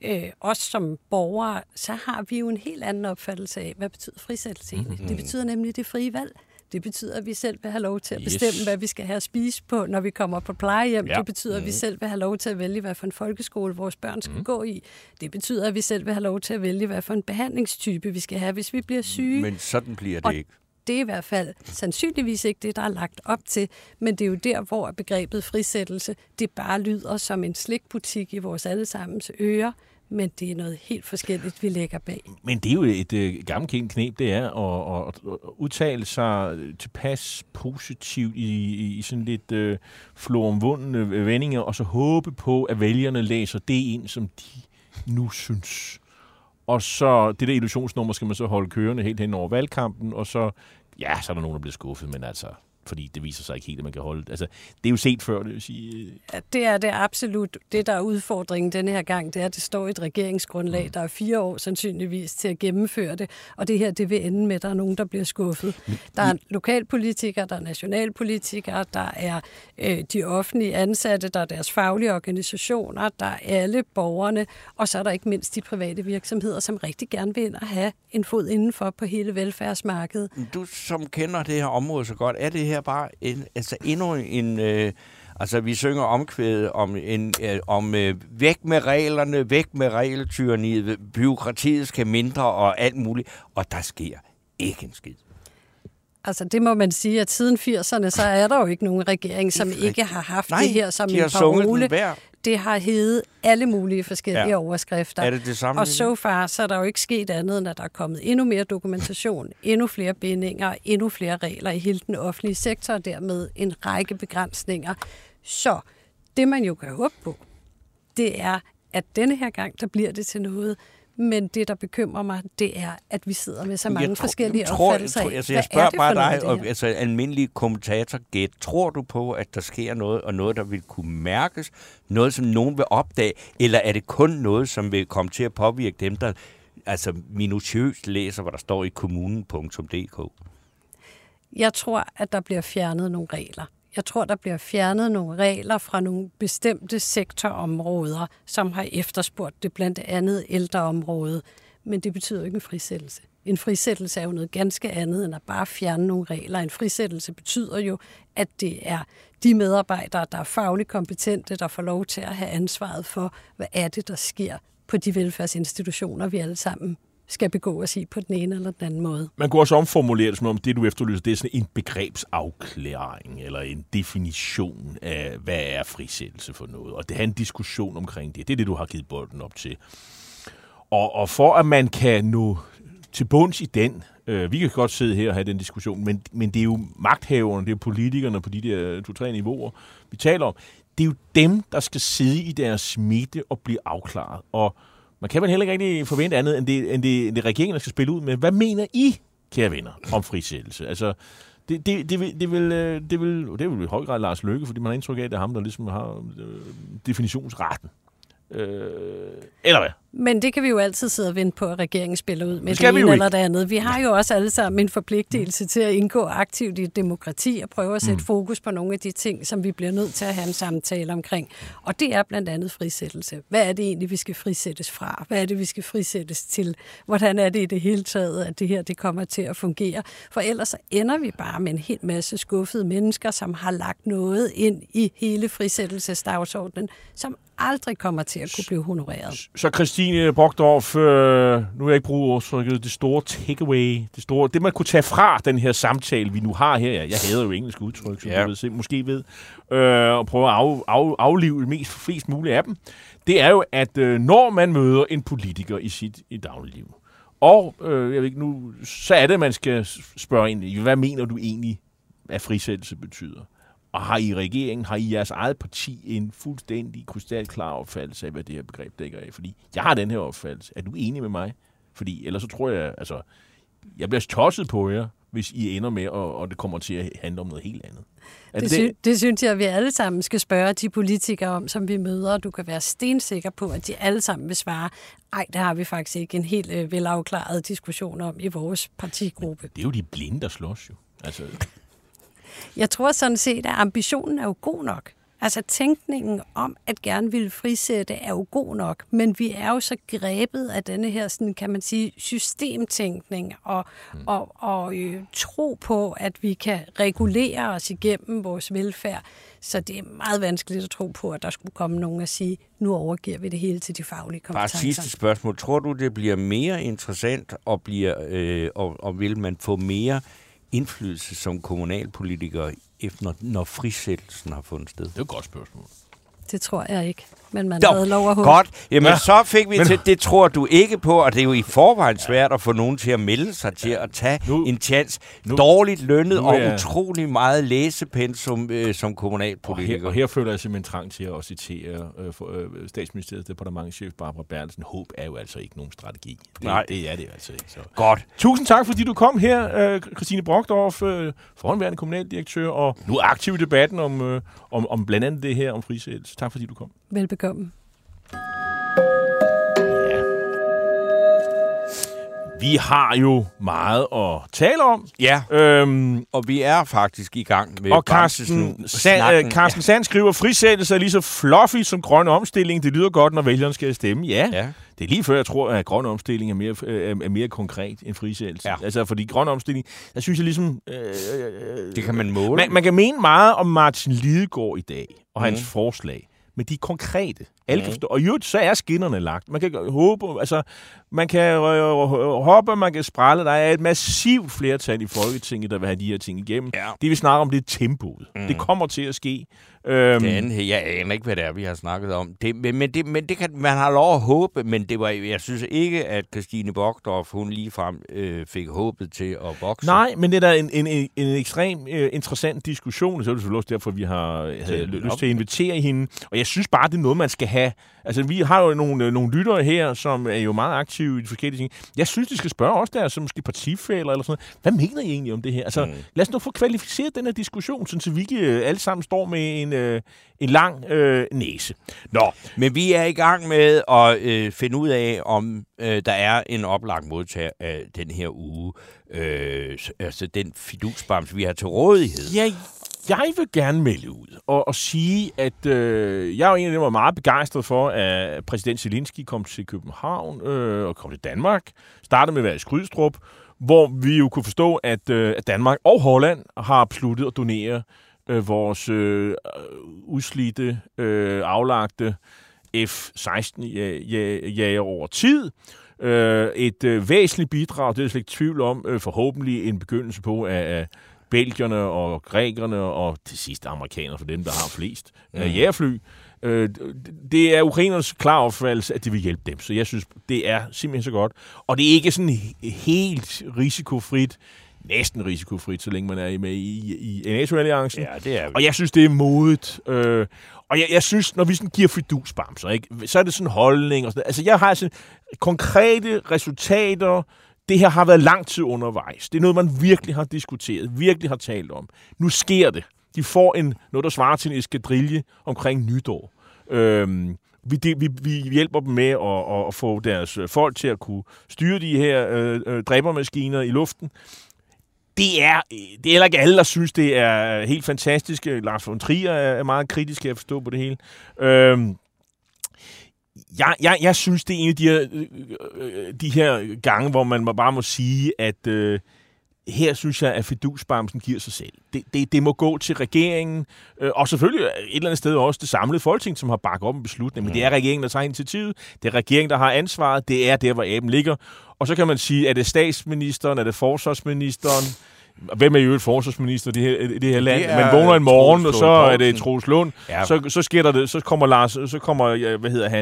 [SPEAKER 6] os som borgere, så har vi jo en helt anden opfattelse af, hvad betyder frisættelse egentlig? Mm-hmm. Det betyder nemlig det frie valg. Det betyder, at vi selv vil have lov til at bestemme, hvad vi skal have at spise på, når vi kommer på plejehjem. Ja. Det betyder, at vi selv vil have lov til at vælge, hvad for en folkeskole vores børn skal gå i. Det betyder, at vi selv vil have lov til at vælge, hvad for en behandlingstype vi skal have, hvis vi bliver syge.
[SPEAKER 3] Men sådan bliver det ikke.
[SPEAKER 6] Det er i hvert fald sandsynligvis ikke det, der er lagt op til, men det er jo der, hvor begrebet frisættelse, det bare lyder som en slikbutik i vores allesammens ører, men det er noget helt forskelligt, vi lægger bag.
[SPEAKER 4] Men det er jo et gammelt kendt knep, det er at udtale sig tilpas positivt i sådan lidt floromvundne vendinger, og så håbe på, at vælgerne læser det ind, som de nu synes. Og så det der illusionsnummer skal man så holde kørende helt hen over valgkampen, og så er der nogen, der bliver skuffet, men altså... fordi det viser sig ikke helt, at man kan holde det. Altså, det er jo set før, det vil sige...
[SPEAKER 6] Ja, det er det absolut. Det, der er udfordringen denne her gang, det er, at det står i et regeringsgrundlag. Der er 4 år sandsynligvis til at gennemføre det, og det her, det vil ende med, at der er nogen, der bliver skuffet. Der er lokalpolitikere, der er nationalpolitikere, der er de offentlige ansatte, der er deres faglige organisationer, der er alle borgerne, og så er der ikke mindst de private virksomheder, som rigtig gerne vil ind og have en fod indenfor på hele velfærdsmarkedet.
[SPEAKER 3] Du, som kender det her område så godt, er det her bare endnu en... vi synger omkvædet om væk med reglerne, væk med regeltyranniet, bureaukratiet skal mindre og alt muligt, og der sker ikke en skid.
[SPEAKER 6] Altså, det må man sige, at siden 80'erne, så er der jo ikke nogen regering, som ikke har haft det her som en parole. det har heddet alle mulige forskellige overskrifter.
[SPEAKER 3] Er det det samme?
[SPEAKER 6] Og so far, så er der jo ikke sket andet, end at der er kommet endnu mere dokumentation, endnu flere bindinger, endnu flere regler i hele den offentlige sektor, og dermed en række begrænsninger. Så det, man jo kan håbe på, det er, at denne her gang, der bliver det til noget. Men det, der bekymrer mig, det er, at vi sidder med så mange forskellige opfattelser af.
[SPEAKER 3] Jeg spørger bare dig, altså almindelig kommentator, gæt. Tror du på, at der sker noget, og noget, der vil kunne mærkes? Noget, som nogen vil opdage? Eller er det kun noget, som vil komme til at påvirke dem, der altså minutiøst læser, hvad der står i kommunen.dk?
[SPEAKER 6] Jeg tror, at der bliver fjernet nogle regler. Jeg tror, der bliver fjernet nogle regler fra nogle bestemte sektorområder, som har efterspurgt det, blandt andet ældreområdet. Men det betyder jo ikke en frisættelse. En frisættelse er jo noget ganske andet, end at bare fjerne nogle regler. En frisættelse betyder jo, at det er de medarbejdere, der er fagligt kompetente, der får lov til at have ansvaret for, hvad er det, der sker på de velfærdsinstitutioner, vi alle sammen skal begå os i på den ene eller den anden måde.
[SPEAKER 4] Man kunne også omformulere det som om, det du efterlyser, det er sådan en begrebsafklaring eller en definition af, hvad er frisættelse for noget. Og det er en diskussion omkring det. Det er det, du har givet bolden op til. Og for at man kan nå til bunds i den, vi kan godt sidde her og have den diskussion, men det er jo magthaverne, det er politikerne på de der 2-3 niveauer, vi taler om. Det er jo dem, der skal sidde i deres midte og blive afklaret. Og man kan vel heller ikke rigtig forvente andet, end det regeringen, der skal spille ud med. Hvad mener I, kære venner, om frisættelse? Altså, det vil i høj grad Lars Løkke, fordi man har indtryk af, at det er ham, der ligesom har definitionsretten. Eller hvad?
[SPEAKER 6] Men det kan vi jo altid sidde og vente på, at regeringen spiller ud med det ene eller det andet. Vi har jo også alle sammen en forpligtelse til at indgå aktivt i et demokrati og prøve at sætte fokus på nogle af de ting, som vi bliver nødt til at have en samtale omkring. Og det er blandt andet frisættelse. Hvad er det egentlig, vi skal frisættes fra? Hvad er det, vi skal frisættes til? Hvordan er det i det hele taget, at det her det kommer til at fungere? For ellers så ender vi bare med en hel masse skuffede mennesker, som har lagt noget ind i hele frisættelsesdagsordenen, som aldrig kommer til at kunne blive honoreret.
[SPEAKER 4] Så Christine Brockdorff, nu vil jeg ikke bruge udtrykket, det store takeaway, det man kunne tage fra den her samtale, vi nu har her, jeg hader jo engelsk udtryk, som du måske ved, og prøve at aflive flest muligt af dem, det er jo, at når man møder en politiker i sit dagligliv, og jeg ved ikke nu, så er det, man skal spørge ind, hvad mener du egentlig, at frisættelse betyder? Og har I regeringen, har I jeres eget parti en fuldstændig krystalklar opfattelse af, hvad det her begreb dækker af? Fordi jeg har den her opfattelse. Er du enig med mig? Fordi ellers så tror jeg, altså, jeg bliver tosset på jer, hvis I ender med, og det kommer til at handle om noget helt andet.
[SPEAKER 6] Det synes jeg, at vi alle sammen skal spørge de politikere om, som vi møder. Du kan være stensikker på, at de alle sammen vil svare, ej, det har vi faktisk ikke en helt velafklaret diskussion om i vores partigruppe.
[SPEAKER 4] Det er jo de blinde, der slås jo. Altså...
[SPEAKER 6] Jeg tror sådan set, at ambitionen er jo god nok. Altså tænkningen om at gerne ville frisætte er jo god nok, men vi er jo så grebet af denne her, sådan, kan man sige, systemtænkning og tro på, at vi kan regulere os igennem vores velfærd. Så det er meget vanskeligt at tro på, at der skulle komme nogen og sige, nu overgiver vi det hele til de faglige kompetencer.
[SPEAKER 3] Bare sidste spørgsmål. Tror du, det bliver mere interessant og vil man få mere indflydelse som kommunalpolitiker, når frisættelsen har fundet sted?
[SPEAKER 4] Det er et godt spørgsmål.
[SPEAKER 6] Det tror jeg ikke, men man havde lov at håbe.
[SPEAKER 3] Godt, jamen så fik vi til, det tror du ikke på, og det er jo i forvejen svært at få nogen til at melde sig til at tage en chance. Dårligt lønnet og utrolig meget læsepensum som kommunalpolitiker.
[SPEAKER 4] Og her føler jeg simpelthen trang til at citere statsministeriets departementschef Barbara Bertelsen. Håb er jo altså ikke nogen strategi. Det er det altså ikke. Så.
[SPEAKER 3] Godt.
[SPEAKER 4] Tusind tak, fordi du kom her, Christine Brockdorff, forhåndværende kommunaldirektør, og nu er aktiv i debatten om blandt andet det her om frisættelse. Tak fordi du kom.
[SPEAKER 6] Velbekomme.
[SPEAKER 4] Ja. Vi har jo meget at tale om.
[SPEAKER 3] Ja, og vi er faktisk i gang med...
[SPEAKER 4] Og Carsten Sand skriver, frisættelse er lige så fluffy som grøn omstilling. Det lyder godt, når vælgerne skal stemme. Ja. Det er lige før, jeg tror, at grøn omstilling er mere konkret end frisættelse. Ja. Altså, fordi grøn omstilling, der synes jeg ligesom...
[SPEAKER 3] det kan man måle.
[SPEAKER 4] Man kan mene meget om Martin Lidegaard i dag, og hans forslag. Men de er konkrete. Alle kan forstå. Og jo, så er skinnerne lagt. Man kan håbe, altså, man kan hoppe, man kan sprælle. Der er et massivt flertal i Folketinget, der vil have de her ting igennem. Ja. Det vi snakker om, det er tempoet. Det kommer til at ske.
[SPEAKER 3] Det andet, jeg aner ikke, hvad det er, vi har snakket om. Men det kan man har lov at håbe, men det var, jeg synes ikke, at Christine Brockdorff, hun ligefrem fik håbet til at vokse.
[SPEAKER 4] Nej, men det er da en ekstrem interessant diskussion, så er det selvfølgelig også derfor, vi havde lyst til at invitere hende. Og jeg synes bare, det er noget, man skal have. Altså, vi har jo nogle lyttere her, som er jo meget aktive i de forskellige ting. Jeg synes, de skal spørge os der, som måske partifæller eller sådan noget. Hvad mener I egentlig om det her? Altså, lad os nu få kvalificeret den her diskussion, så vi ikke alle sammen står med en lang næse. Nå.
[SPEAKER 3] Men vi er i gang med at finde ud af, om der er en oplagt modtager af den her uge. Altså den fidusbams, vi har til rådighed.
[SPEAKER 4] Ja, jeg vil gerne melde ud og sige, at jeg er jo en af dem, der var meget begejstret for, at præsident Zelensky kom til København og kom til Danmark. Startede med at være i Skrydstrup, hvor vi jo kunne forstå, at Danmark og Holland har besluttet at donere vores udslidte, aflagte F-16-jager over tid. Et væsentligt bidrag, det er slet ikke tvivl om, forhåbentlig en begyndelse på af belgierne og grækerne og til sidst amerikanerne, for dem, der har flest jagerfly. Det er ukrainernes klare opfattelse, at det vil hjælpe dem. Så jeg synes, det er simpelthen så godt. Og det er ikke sådan helt risikofrit, næsten risikofrit, så længe man er med i NATO-alliancen.
[SPEAKER 3] Ja, det er vi.
[SPEAKER 4] Og jeg synes, det er modigt. Og jeg synes, når vi sådan giver fidusbamser, ikke, så er det sådan holdning og sådan. Altså, jeg har sådan konkrete resultater. Det her har været lang tid undervejs. Det er noget, man virkelig har diskuteret, virkelig har talt om. Nu sker det. De får noget, der svarer til en eskadrille omkring nytår. Vi hjælper dem med at få deres folk til at kunne styre de her dræbermaskiner i luften. Det er heller ikke alle, der synes, det er helt fantastisk. Lars von Trier er meget kritisk, at forstå på det hele. Jeg synes, det er en af de her gange, hvor man bare må sige, at her synes jeg, at fidusbamsen giver sig selv. Det må gå til regeringen, og selvfølgelig et eller andet sted også det samlede Folketing, som har bakket op en beslutning. Men det er regeringen, der tager initiativet. Det er regeringen, der har ansvaret. Det er der, hvor aben ligger. Og så kan man sige, er det statsministeren, er det forsvarsministeren? Hvem er jo et forsvarsminister i det her land? Man vågner en morgen, og så er det Troels Lund. Ja. Så sker der det. Så kommer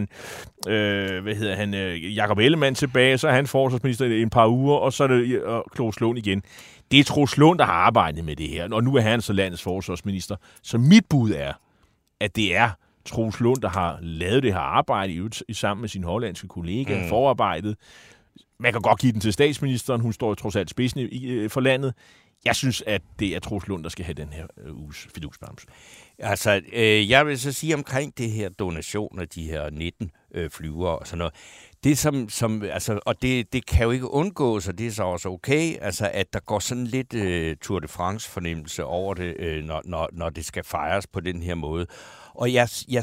[SPEAKER 4] Jakob Ellemann tilbage, så er han forsvarsminister i en par uger, og så er det Troels Lund igen. Det er Troels Lund, der har arbejdet med det her, og nu er han så landets forsvarsminister. Så mit bud er, at det er Troels Lund, der har lavet det her arbejde sammen med sin hollandske kollega, forarbejdet. Man kan godt give den til statsministeren. Hun står trods alt spidsen for landet. Jeg synes, at det er Troels Lund, der skal have den her uges fidusbamse.
[SPEAKER 3] Altså, jeg vil så sige omkring det her donation af de her 19 flyvere og sådan noget. Det som altså, og det kan jo ikke undgås, og det er så også okay, altså at der går sådan lidt Tour de France fornemmelse over det, når det skal fejres på den her måde. Og jeg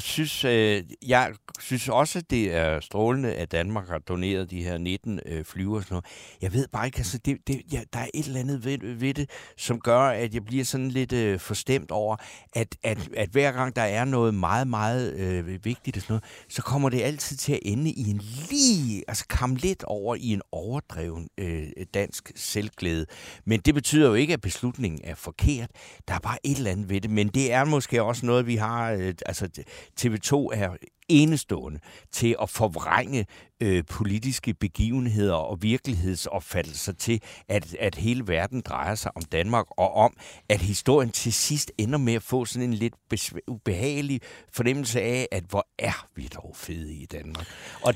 [SPEAKER 3] synes også, at det er strålende, at Danmark har doneret de her 19 flyver og sådan noget. Jeg ved bare ikke, altså der er et eller andet ved det, som gør, at jeg bliver sådan lidt forstemt over, at hver gang der er noget meget, meget vigtigt og sådan noget, så kommer det altid til at ende i en kam lidt over i en overdreven dansk selvglæde. Men det betyder jo ikke, at beslutningen er forkert. Der er bare et eller andet ved det, men det er måske også noget, vi har. Altså TV2 er enestående til at forvrænge politiske begivenheder og virkelighedsopfattelser til, at hele verden drejer sig om Danmark, og om, at historien til sidst ender med at få sådan en lidt ubehagelig fornemmelse af, at hvor er vi dog fede i Danmark.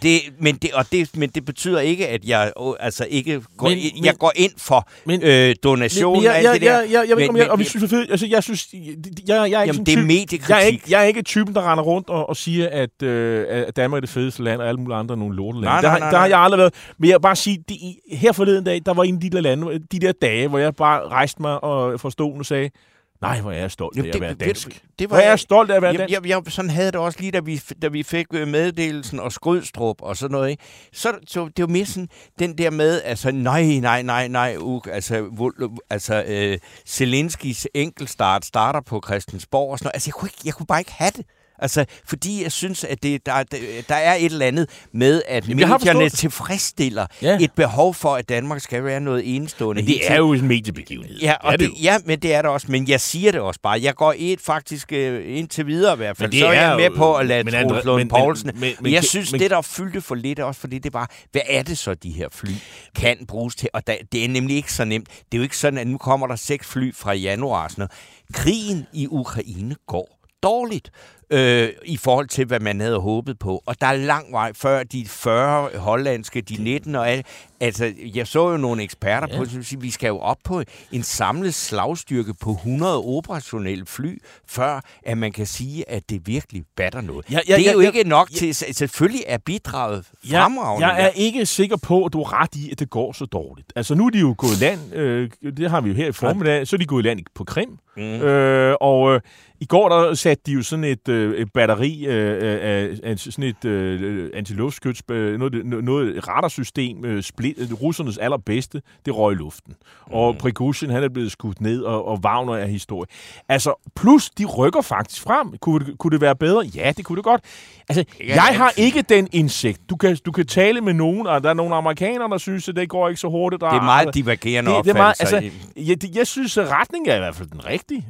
[SPEAKER 3] Men det betyder ikke, at jeg altså ikke går, jeg går ind for donation og alt det der.
[SPEAKER 4] Jeg synes, jeg er ikke sådan
[SPEAKER 3] det er mediekritik.
[SPEAKER 4] Jeg er ikke typen, der render rundt og siger, at Danmark er det fedeste land, og alle mulige andre nogle lortelande. Der har jeg aldrig været. Men jeg vil bare sige, her forleden dag, der var en af de lande, de der dage, hvor jeg bare rejste mig fra stolen og sagde, nej, hvor er jeg stolt af at være dansk. Hvor er jeg stolt af at være dansk.
[SPEAKER 3] Jeg sådan havde det også lige, da vi fik meddelelsen og Skrydstrup og sådan noget. Ikke? Så det var mere sådan den der med, altså nej, Zelenskis enkeltstart starter på Christiansborg og sådan noget. Altså, jeg kunne bare ikke have det. Altså, fordi jeg synes, at der er et eller andet med, at medierne tilfredsstiller et behov for, at Danmark skal være noget enestående.
[SPEAKER 4] Men det er jo en mediebegivenhed.
[SPEAKER 3] Ja, men det er det også. Men jeg siger det også bare. Jeg går faktisk indtil videre i hvert fald. Så er jeg med på at lade Troels Lund Poulsen. Men jeg synes, det der fyldte for lidt også, fordi det bare, hvad er det så, de her fly kan bruges til? Og det er nemlig ikke så nemt. Det er jo ikke sådan, at nu kommer der 6 fly fra januar. Sådan noget. Krigen i Ukraine går dårligt i forhold til, hvad man havde håbet på. Og der er lang vej før de 40 hollandske, de 19 og alt. Altså, jeg så jo nogle eksperter på, at vi skal jo op på en samlet slagstyrke på 100 operationelle fly, før at man kan sige, at det virkelig batter noget. Det er jo ikke nok til, selvfølgelig er bidraget fremragende.
[SPEAKER 4] Jeg er ikke sikker på, at du er ret i, at det går så dårligt. Altså, nu er de jo gået i land, det har vi jo her i formiddag, så er de gået i land på Krim, og i går der satte de jo sådan et batteri af sådan et antiluftskyts, noget radarsystem, russernes allerbedste, det røg i luften. Og Prigozhin, han er blevet skudt ned, og Wagner er historie. Altså, plus de rykker faktisk frem. Kunne det være bedre? Ja, det kunne det godt. Altså, jeg har ikke den indsigt. Du kan tale med nogen, og der er nogle amerikanere, der synes, at det går ikke så hurtigt.
[SPEAKER 3] Det er meget divergerende opfattelser.
[SPEAKER 4] Jeg synes, at retningen er i hvert fald den rigtige.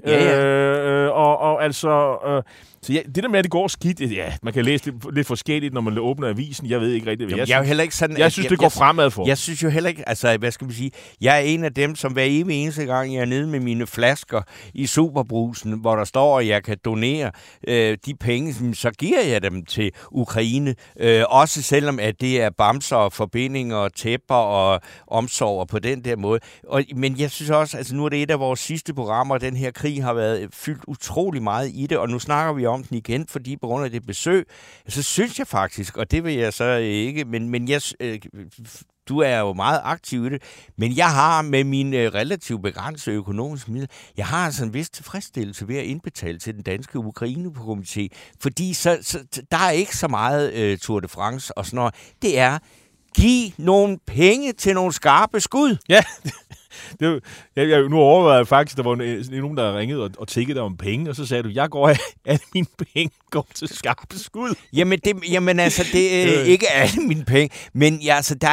[SPEAKER 4] Så det der med, at det går skidt, man kan læse lidt forskelligt, når man åbner avisen. Jeg ved ikke rigtigt, hvad jeg synes, det går fremad for.
[SPEAKER 3] Jeg synes jo heller ikke, altså, hvad skal man sige, jeg er en af dem, som hver eneste gang, jeg er nede med mine flasker i Superbrusen, hvor der står, at jeg kan donere de penge, så giver jeg dem til Ukraine. Også selvom, at det er bamser og forbindinger og tæpper og omsorg på den der måde. Men jeg synes også, altså nu er det et af vores sidste programmer, og den her krig har været fyldt utrolig meget i det, og nu snakker vi om den igen, fordi på grund af det besøg, så synes jeg faktisk, og det vil jeg så ikke, men du er jo meget aktiv i det, men jeg har med min relativt begrænsede økonomiske midler, jeg har altså en vis tilfredsstillelse ved at indbetale til den danske Ukraine-komité, fordi så der er ikke så meget Tour de France og sådan noget. Det er, giv nogle penge til nogle skarpe skud.
[SPEAKER 4] Ja, nu overvejede faktisk, der var nogen, der ringede og tiggede dig om penge, og så sagde du, jeg går af mine penge går til skarpe skud.
[SPEAKER 3] Jamen altså, det er ikke alle mine penge, men altså, der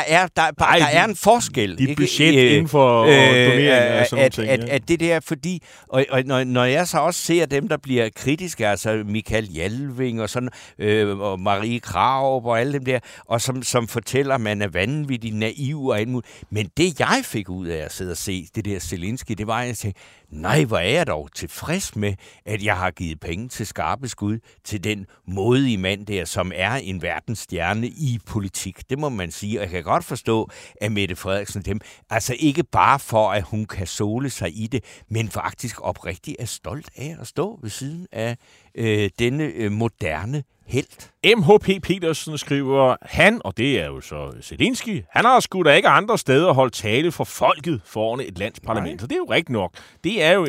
[SPEAKER 3] er en forskel.
[SPEAKER 4] Dit budget inden for donering og sådan
[SPEAKER 3] noget. At det der, fordi, og når jeg så også ser dem, der bliver kritiske, altså Michael Jalving og sådan, og Marie Krarup og alle dem der, og som fortæller, at man er vanvittig naiv og alt muligt. Men det, jeg fik ud af at sidde og se det der Zelensky, det var, at jeg tænkte, nej, hvor er jeg dog tilfreds med, at jeg har givet penge til skarpe skud til den modige mand der, som er en verdensstjerne i politik. Det må man sige, og jeg kan godt forstå, at Mette Frederiksen dem, altså ikke bare for, at hun kan sole sig i det, men faktisk oprigtigt er stolt af at stå ved siden af denne moderne helt.
[SPEAKER 4] MHP Petersen skriver, han, og det er jo så Zelensky, han har sgu da ikke andre steder holdt tale for folket foran et lands parlament. Så det er jo rigtigt nok. Det er jo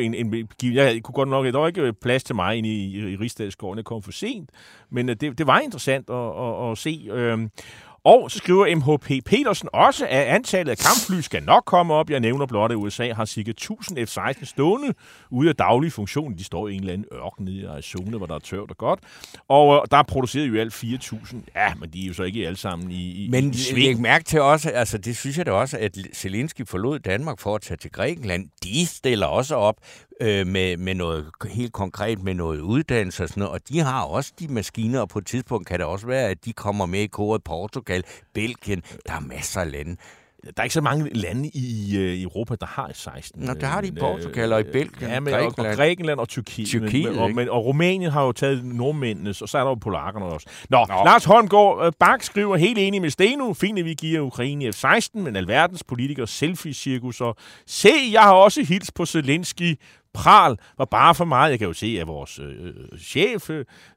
[SPEAKER 4] jeg kunne godt nok, der var ikke plads til mig inde i Rigsdagsgården, jeg kom for sent, men det var interessant at se. Og så skriver MHP Petersen også, at antallet af kampfly skal nok komme op. Jeg nævner blot, at USA har ca. 1000 F-16 stående ude af daglig funktion. De står i en eller anden ørken nede i Arizona, hvor der er tørt og godt. Og der er produceret jo alt 4.000. Ja, men de er jo så ikke alle sammen i
[SPEAKER 3] men
[SPEAKER 4] sving.
[SPEAKER 3] læg mærke til også, altså det synes jeg da også, at Zelensky forlod Danmark for at tage til Grækenland. De stiller også op med noget helt konkret, med noget uddannelse og sådan noget, og de har også de maskiner, og på et tidspunkt kan det også være, at de kommer med i koret. Portugal, Belgien, der er masser af lande.
[SPEAKER 4] Der er ikke så mange lande i Europa, der har F-16.
[SPEAKER 3] Nå, der har de i Portugal og i Belgien,
[SPEAKER 4] ja, Grækenland. Og Grækenland og Tyrkiet. Og Rumænien har jo taget nordmændenes, og så er der jo polakkerne også. Nå. Lars Holmgaard Bak skriver, helt enig med Steno, fint at vi giver Ukraine F-16, men alverdens politikere selfie-cirkus, og se, jeg har også hils på Zelensky. Pral var bare for meget. Jeg kan jo se, at vores chef,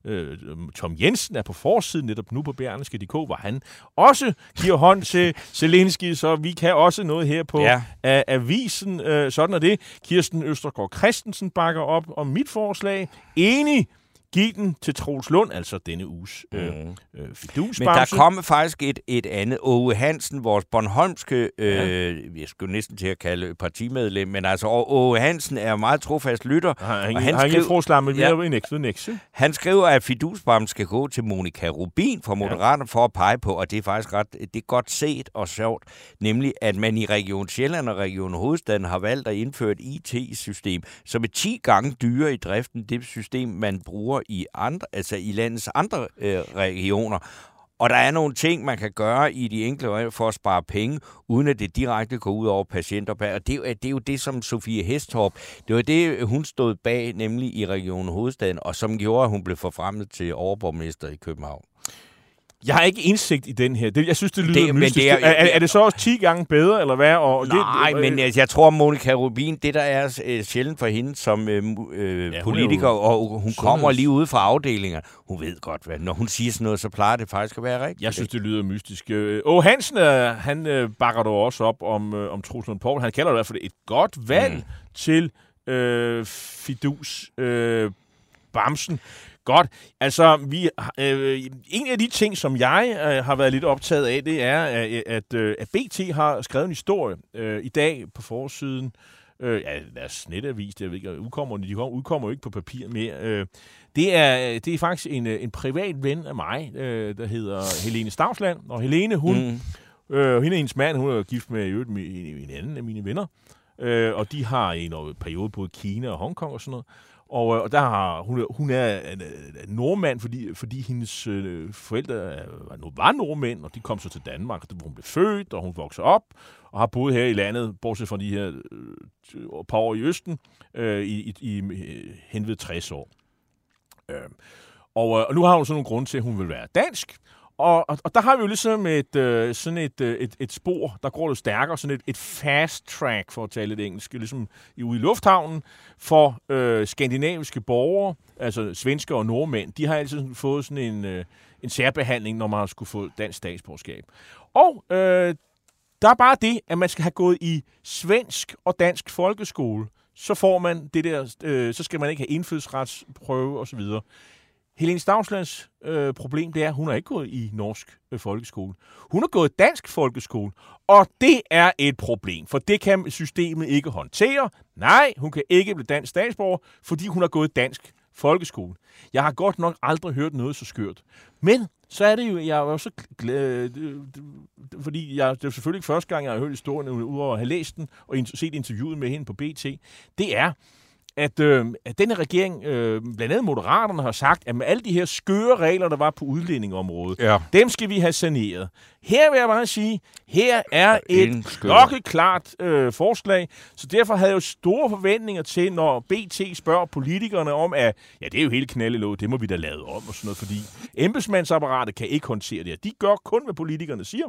[SPEAKER 4] Tom Jensen, er på forsiden netop nu på Berlingske.dk, hvor han også giver hånd til Zelensky, så vi kan også noget her på avisen. Sådan er det. Kirsten Østergaard Christensen bakker op om mit forslag. Enig give den til Troels Lund, altså denne uges fidusbamse.
[SPEAKER 3] Men der kommer faktisk et andet. Åge Hansen, vores bornholmske, jeg skulle næsten til at kalde partimedlem, men altså Åge Hansen er meget trofast lytter. Han skriver, at fidusbamsen skal gå til Monika Rubin fra Moderaterne for at pege på, og det er faktisk det er godt set og sjovt, nemlig at man i Region Sjælland og Region Hovedstaden har valgt at indføre et IT-system, som er 10 gange dyrere i driften, det system, man bruger i landets andre regioner. Og der er nogle ting, man kan gøre i de enkelte for at spare penge, uden at det direkte går ud over patienter. Og det er jo det, som Sofie Hestorp, det var det, hun stod bag, nemlig i Region Hovedstaden, og som gjorde, at hun blev forfremmet til overborgmester i København.
[SPEAKER 4] Jeg har ikke indsigt i den her. Jeg synes, det lyder mystisk. Er det så også 10 gange bedre, eller hvad? Og
[SPEAKER 3] men jeg tror, Monika Rubin, det der er sjældent for hende som politiker, og hun kommer lige ude fra afdelinger. Hun ved godt, hvad når hun siger sådan noget, så plejer det faktisk at være rigtigt.
[SPEAKER 4] Jeg synes, det lyder mystisk. Åge Hansen, han bakker dog også op om Troels Lund Poulsen. Han kalder det i hvert fald et godt valg til fidus-bamsen. Godt. Altså, en af de ting, som jeg har været lidt optaget af, det er, at BT har skrevet en historie i dag på forsiden. Deres netavis, jeg ved ikke, de udkommer jo ikke på papir mere. Det er faktisk en privat ven af mig, der hedder Helene Stavsland. Og Helene, hende og hendes mand, hun er gift med en anden af mine venner. Og de har i en periode både Kina og Hongkong og sådan noget. Og der har hun er nordmand, fordi hendes forældre var nordmænd, og de kom så til Danmark, hvor hun blev født, og hun voksede op, og har boet her i landet, bortset fra de her par år i Østen, i henved 60 år. Og nu har hun sådan nogle grunde til, at hun vil være dansk. Og der har vi jo ligesom et spor, der går lidt stærkere, sådan et fast track, for at tale lidt engelsk, ligesom ude i lufthavnen, for skandinaviske borgere, altså svensker og nordmænd. De har altid fået sådan en særbehandling, når man har skulle få dansk statsborgerskab. Og der er bare det, at man skal have gået i svensk og dansk folkeskole, så får man det der, så skal man ikke have indfødsretsprøve osv. Helene Stavslands problem, det er, at hun har ikke gået i norsk folkeskole. Hun har gået i dansk folkeskole, og det er et problem, for det kan systemet ikke håndtere. Nej, hun kan ikke blive dansk statsborger, fordi hun har gået i dansk folkeskole. Jeg har godt nok aldrig hørt noget så skørt. Men så er det jo, jeg var så glad, fordi det er selvfølgelig ikke første gang, jeg har hørt historien, udover at have læst den og set interviewet med hende på BT, det er, at denne regering, blandt andet Moderaterne, har sagt, at med alle de her skøre regler, der var på udlændingområdet, dem skal vi have saneret. Her vil jeg bare sige, her er et klokkeklart forslag, så derfor havde jeg jo store forventninger til, når BT spørger politikerne om, at det er jo helt knaldelåg, det må vi da lave om og sådan noget, fordi embedsmandsapparatet kan ikke håndtere det her. De gør kun, hvad politikerne siger.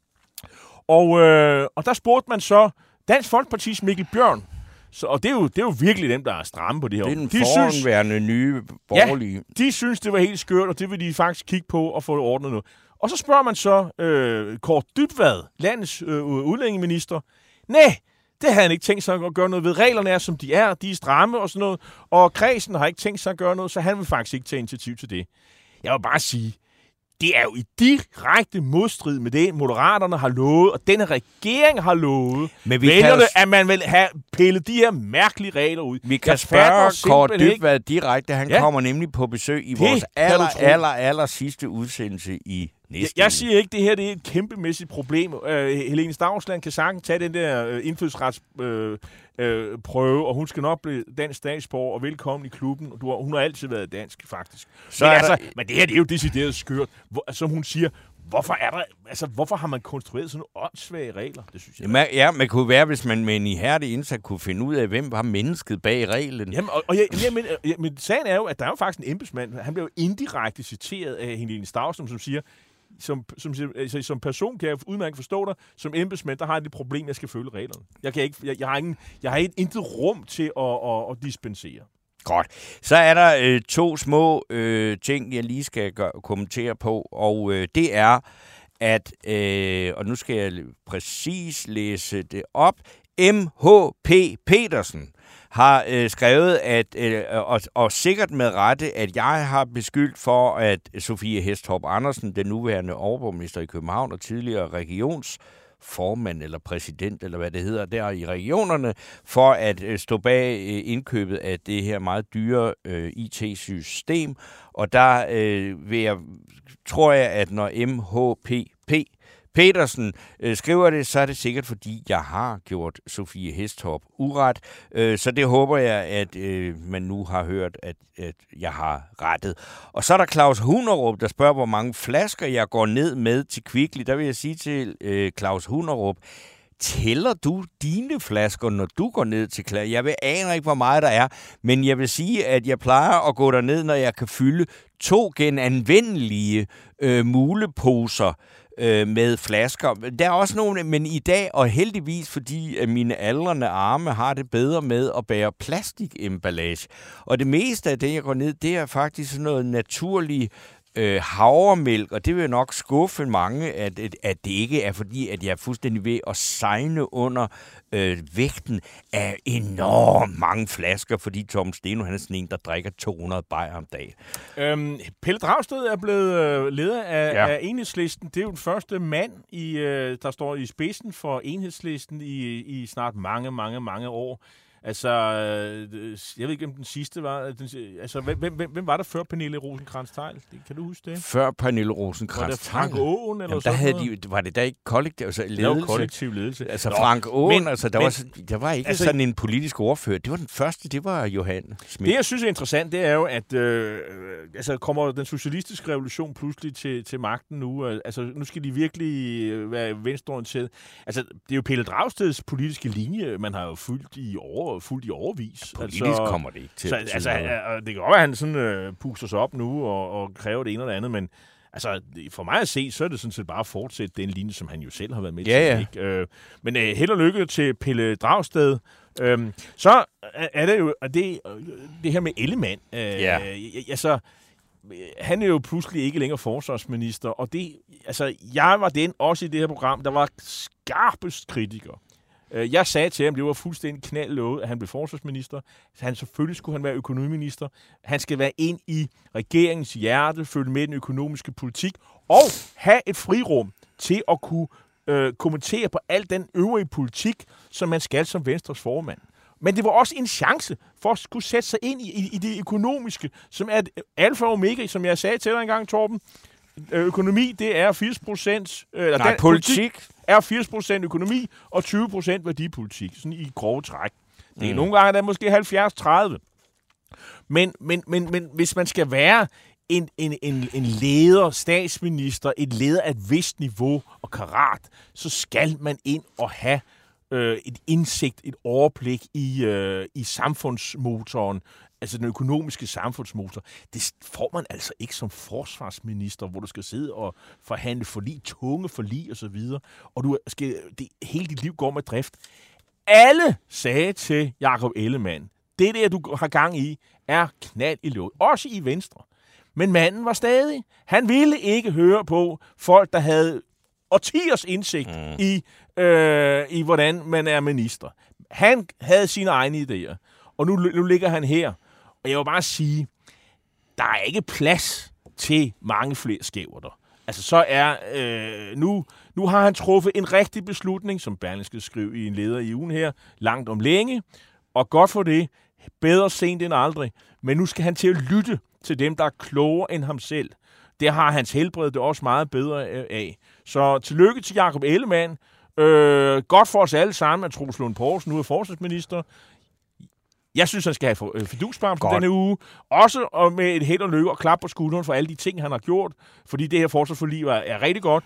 [SPEAKER 4] Og der spurgte man så Dansk Folkepartis Mikkel Bjørn, og det er jo virkelig dem, der er stramme på det her.
[SPEAKER 3] Det er den foranværende nye borgerlige.
[SPEAKER 4] Ja, de synes, det var helt skørt, og det vil de faktisk kigge på og få det ordnet nu. Og så spørger man så Kaare Dybvad, landets udlændingeminister. Nej, det havde han ikke tænkt sig at gøre noget ved. Reglerne er, som de er stramme og sådan noget, og kredsen har ikke tænkt sig at gøre noget, så han vil faktisk ikke tage initiativ til det. Jeg vil bare sige, det er jo i direkte modstrid med det, Moderaterne har lovet, og denne regering har lovet, at man vil have pillet de her mærkelige regler ud.
[SPEAKER 3] Vi kan spørge Kaare Dybvad direkte. Han kommer nemlig på besøg i vores aller sidste udsendelse i næste
[SPEAKER 4] Jeg siger ikke, det her det er et kæmpemæssigt problem. Helene Stavsland kan sagtens tage den der indfødsretsprøve, og hun skal nok blive dansk statsborger og velkommen i klubben. Hun har altid været dansk, faktisk. Men det her det er jo decideret skørt. Som hun siger, hvorfor har man konstrueret sådan nogle åndssvage regler? Det synes jeg.
[SPEAKER 3] Man kunne være, hvis man med en ihærdig indsats kunne finde ud af, hvem var mennesket bag reglen.
[SPEAKER 4] Jamen, men sagen er jo, at der er jo faktisk en embedsmand. Han bliver jo indirekte citeret af Helene Stavsland, som siger, som person kan jeg udmærket forstå dig. Som embedsmand, der har jeg det problem, jeg skal følge reglerne. Jeg har intet rum til at dispensere.
[SPEAKER 3] Godt. Så er der 2 små ting, jeg lige skal kommentere på, og det er, at, og nu skal jeg præcis læse det op, M.H.P. Petersen har skrevet, at, og sikkert med rette, at jeg har beskyldt for, at Sofie Hæstorp Andersen, den nuværende overborgmester i København og tidligere regionsformand eller præsident, eller hvad det hedder der i regionerne, for at stå bag indkøbet af det her meget dyre IT-system. Og der tror jeg, at når M.H.P. Petersen skriver det, så er det sikkert, fordi jeg har gjort Sofie Hæstorp uret. Så det håber jeg, at man nu har hørt, at jeg har rettet. Og så er der Claus Hunderup, der spørger, hvor mange flasker jeg går ned med til Kvickly. Der vil jeg sige til Claus Hunderup, tæller du dine flasker, når du går ned til Kvickly? Jeg aner ikke, hvor meget der er, men jeg vil sige, at jeg plejer at gå derned, når jeg kan fylde 2 genanvendelige muleposer med flasker. Der er også nogle, men i dag, og heldigvis fordi at mine aldrende arme har det bedre med at bære plastikemballage. Og det meste af det, jeg går ned, det er faktisk sådan noget naturlig havremælk, og det vil nok skuffe mange, at det ikke er fordi, at jeg er fuldstændig ved at segne under vægten af enormt mange flasker, fordi Tom Steno, han er sådan en, der drikker 200 bajer om dagen.
[SPEAKER 4] Pelle Dragsted er blevet leder af Enhedslisten. Det er jo den første mand, der står i spidsen for Enhedslisten i snart mange år. Altså, jeg ved ikke, om den sidste var. Altså, hvem var der før Pernille Rosenkrantz-Theil? Kan du huske det?
[SPEAKER 3] Før Pernille Rosenkrantz-Theil? Var det
[SPEAKER 4] Frank Aaen eller
[SPEAKER 3] sådan noget? Var det da ikke kollektiv ledelse?
[SPEAKER 4] Det var kollektiv ledelse.
[SPEAKER 3] Altså, Frank Aaen, der var ikke sådan en politisk ordfører. Det var den første, det var Johan Schmidt.
[SPEAKER 4] Det, jeg synes er interessant, det er jo, at kommer den socialistiske revolution pludselig til magten nu. Altså, nu skal de virkelig være venstreorienteret. Altså, det er jo Pelle Dragsteds politiske linje, man har jo fulgt i overvis.
[SPEAKER 3] Politisk kommer det ikke til.
[SPEAKER 4] Det kan godt være, at han sådan puster sig op nu og kræver det ene eller andet, men altså, for mig at se, så er det sådan set bare at fortsætte den linje, som han jo selv har været med til.
[SPEAKER 3] Ja.
[SPEAKER 4] Ikke? Men held og lykke til Pelle Dragsted. Så er det jo det her med Ellemann. Altså, han er jo pludselig ikke længere forsvarsminister, og jeg var den også i det her program, der var skarpest kritiker. Jeg sagde til ham, det var fuldstændig knaldlovet, at han blev forsvarsminister. Selvfølgelig skulle han være økonomiminister. Han skal være ind i regeringens hjerte, følge med den økonomiske politik, og have et frirum til at kunne kommentere på al den øvrige politik, som man skal som Venstres formand. Men det var også en chance for at skulle sætte sig ind i det økonomiske, som er alfa og omega, som jeg sagde til dig engang, Torben. Økonomi, det er 80%... politik er 80% økonomi og 20% værdipolitik, sådan i grove træk. Det er nogle gange, der er måske 70-30. Men hvis man skal være en leder, statsminister, et leder af et vist niveau og karat, så skal man ind og have et indsigt, et overblik i samfundsmotoren, altså den økonomiske samfundsmotor. Det får man altså ikke som forsvarsminister, hvor du skal sidde og forhandle forlig, tunge forlig og så videre, og hele dit liv går med drift. Alle sagde til Jakob Ellemann, det der, du har gang i, er knald i låget. Også i Venstre. Men manden var stadig. Han ville ikke høre på folk, der havde årtiers indsigt i hvordan man er minister. Han havde sine egne idéer, og nu ligger han her. Og jeg vil bare sige, der er ikke plads til mange flere skæverter. Altså så nu har han truffet en rigtig beslutning, som Berlingske skrev i en leder i ugen her, langt om længe, og godt for det, bedre sent end aldrig. Men nu skal han til at lytte til dem, der er klogere end ham selv. Det har hans helbred det også meget bedre af. Så tillykke til Jakob Ellemann. Godt for os alle sammen, at Troels Lund Poulsen nu er forsvarsminister. Jeg synes, han skal have fidusbarn for denne uge. Også med et held og lykke og klap på skulderen for alle de ting, han har gjort. Fordi det her forsvarsforlig er rigtig godt.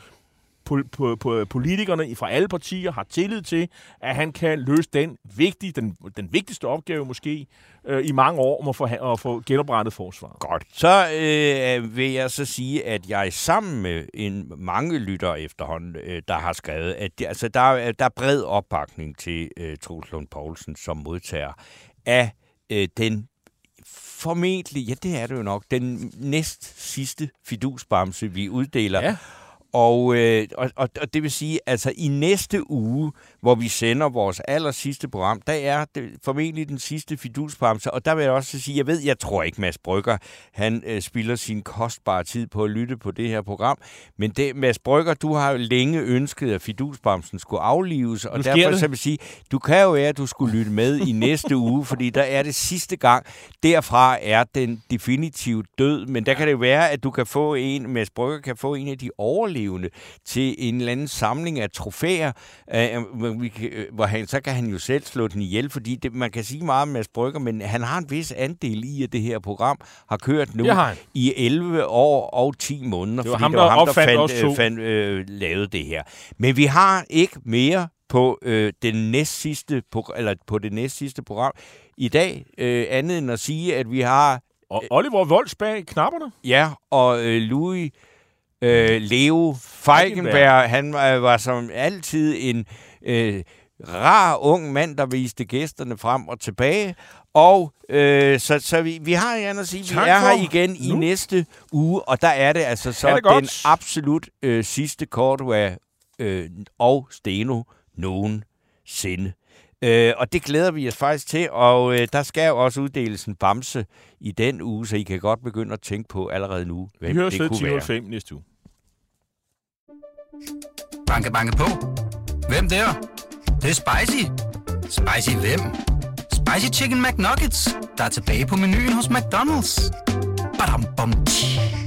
[SPEAKER 4] Politikerne fra alle partier har tillid til, at han kan løse den vigtigste opgave måske i mange år om at få genoprettet forsvaret.
[SPEAKER 3] Godt. Så vil jeg så sige, at jeg sammen med mange lyttere efterhånden, der har skrevet, at der er bred opbakning til Troels Lund Poulsen som modtager af den formentlig, ja det er det jo nok, den næst sidste fidusbamse, vi uddeler. Ja. Og det vil sige, altså i næste uge, hvor vi sender vores allersidste program, der er det formentlig den sidste fidusbamse, og der vil jeg også sige, jeg tror ikke, Mads Brügger, han spilder sin kostbare tid på at lytte på det her program, men Mads Brügger, du har jo længe ønsket, at fidusbamsen skulle aflives, og derfor så vil jeg sige, du kan jo være, at du skulle lytte med i næste uge, fordi der er det sidste gang. Derfra er den definitivt død, men der kan det være, at du kan få Mads Brügger kan få en af de overlevende til en eller anden samling af trofæer, så kan han jo selv slå den ihjel, fordi man kan sige meget om Mads Brügger, men han har en vis andel i, at det her program har kørt nu i 11 år og 10 måneder,
[SPEAKER 4] det var fordi ham, der fandt
[SPEAKER 3] lavet det her. Men vi har ikke mere på det næstsidste program i dag, andet end at sige, at vi har
[SPEAKER 4] Oliver Woltz bag knapperne.
[SPEAKER 3] Ja, og Louis Leo Feigenberg, han var som altid en rar ung mand, der viste gæsterne frem og tilbage. Og så vi har gerne at sige, vi er her igen i næste uge, og der er det altså så den absolut sidste Cordua og Steno nogensinde. Og det glæder vi os faktisk til, og der skal jo også uddeles en bamse i den uge, så I kan godt begynde at tænke på allerede nu, hvem det kunne være.
[SPEAKER 4] Vi hører 10.05 næste uge.
[SPEAKER 1] Banke, banke på. Hvem der? Det er spicy. Spicy hvem? Spicy Chicken McNuggets, der er tilbage på menuen hos McDonald's. Badum, bom, tji.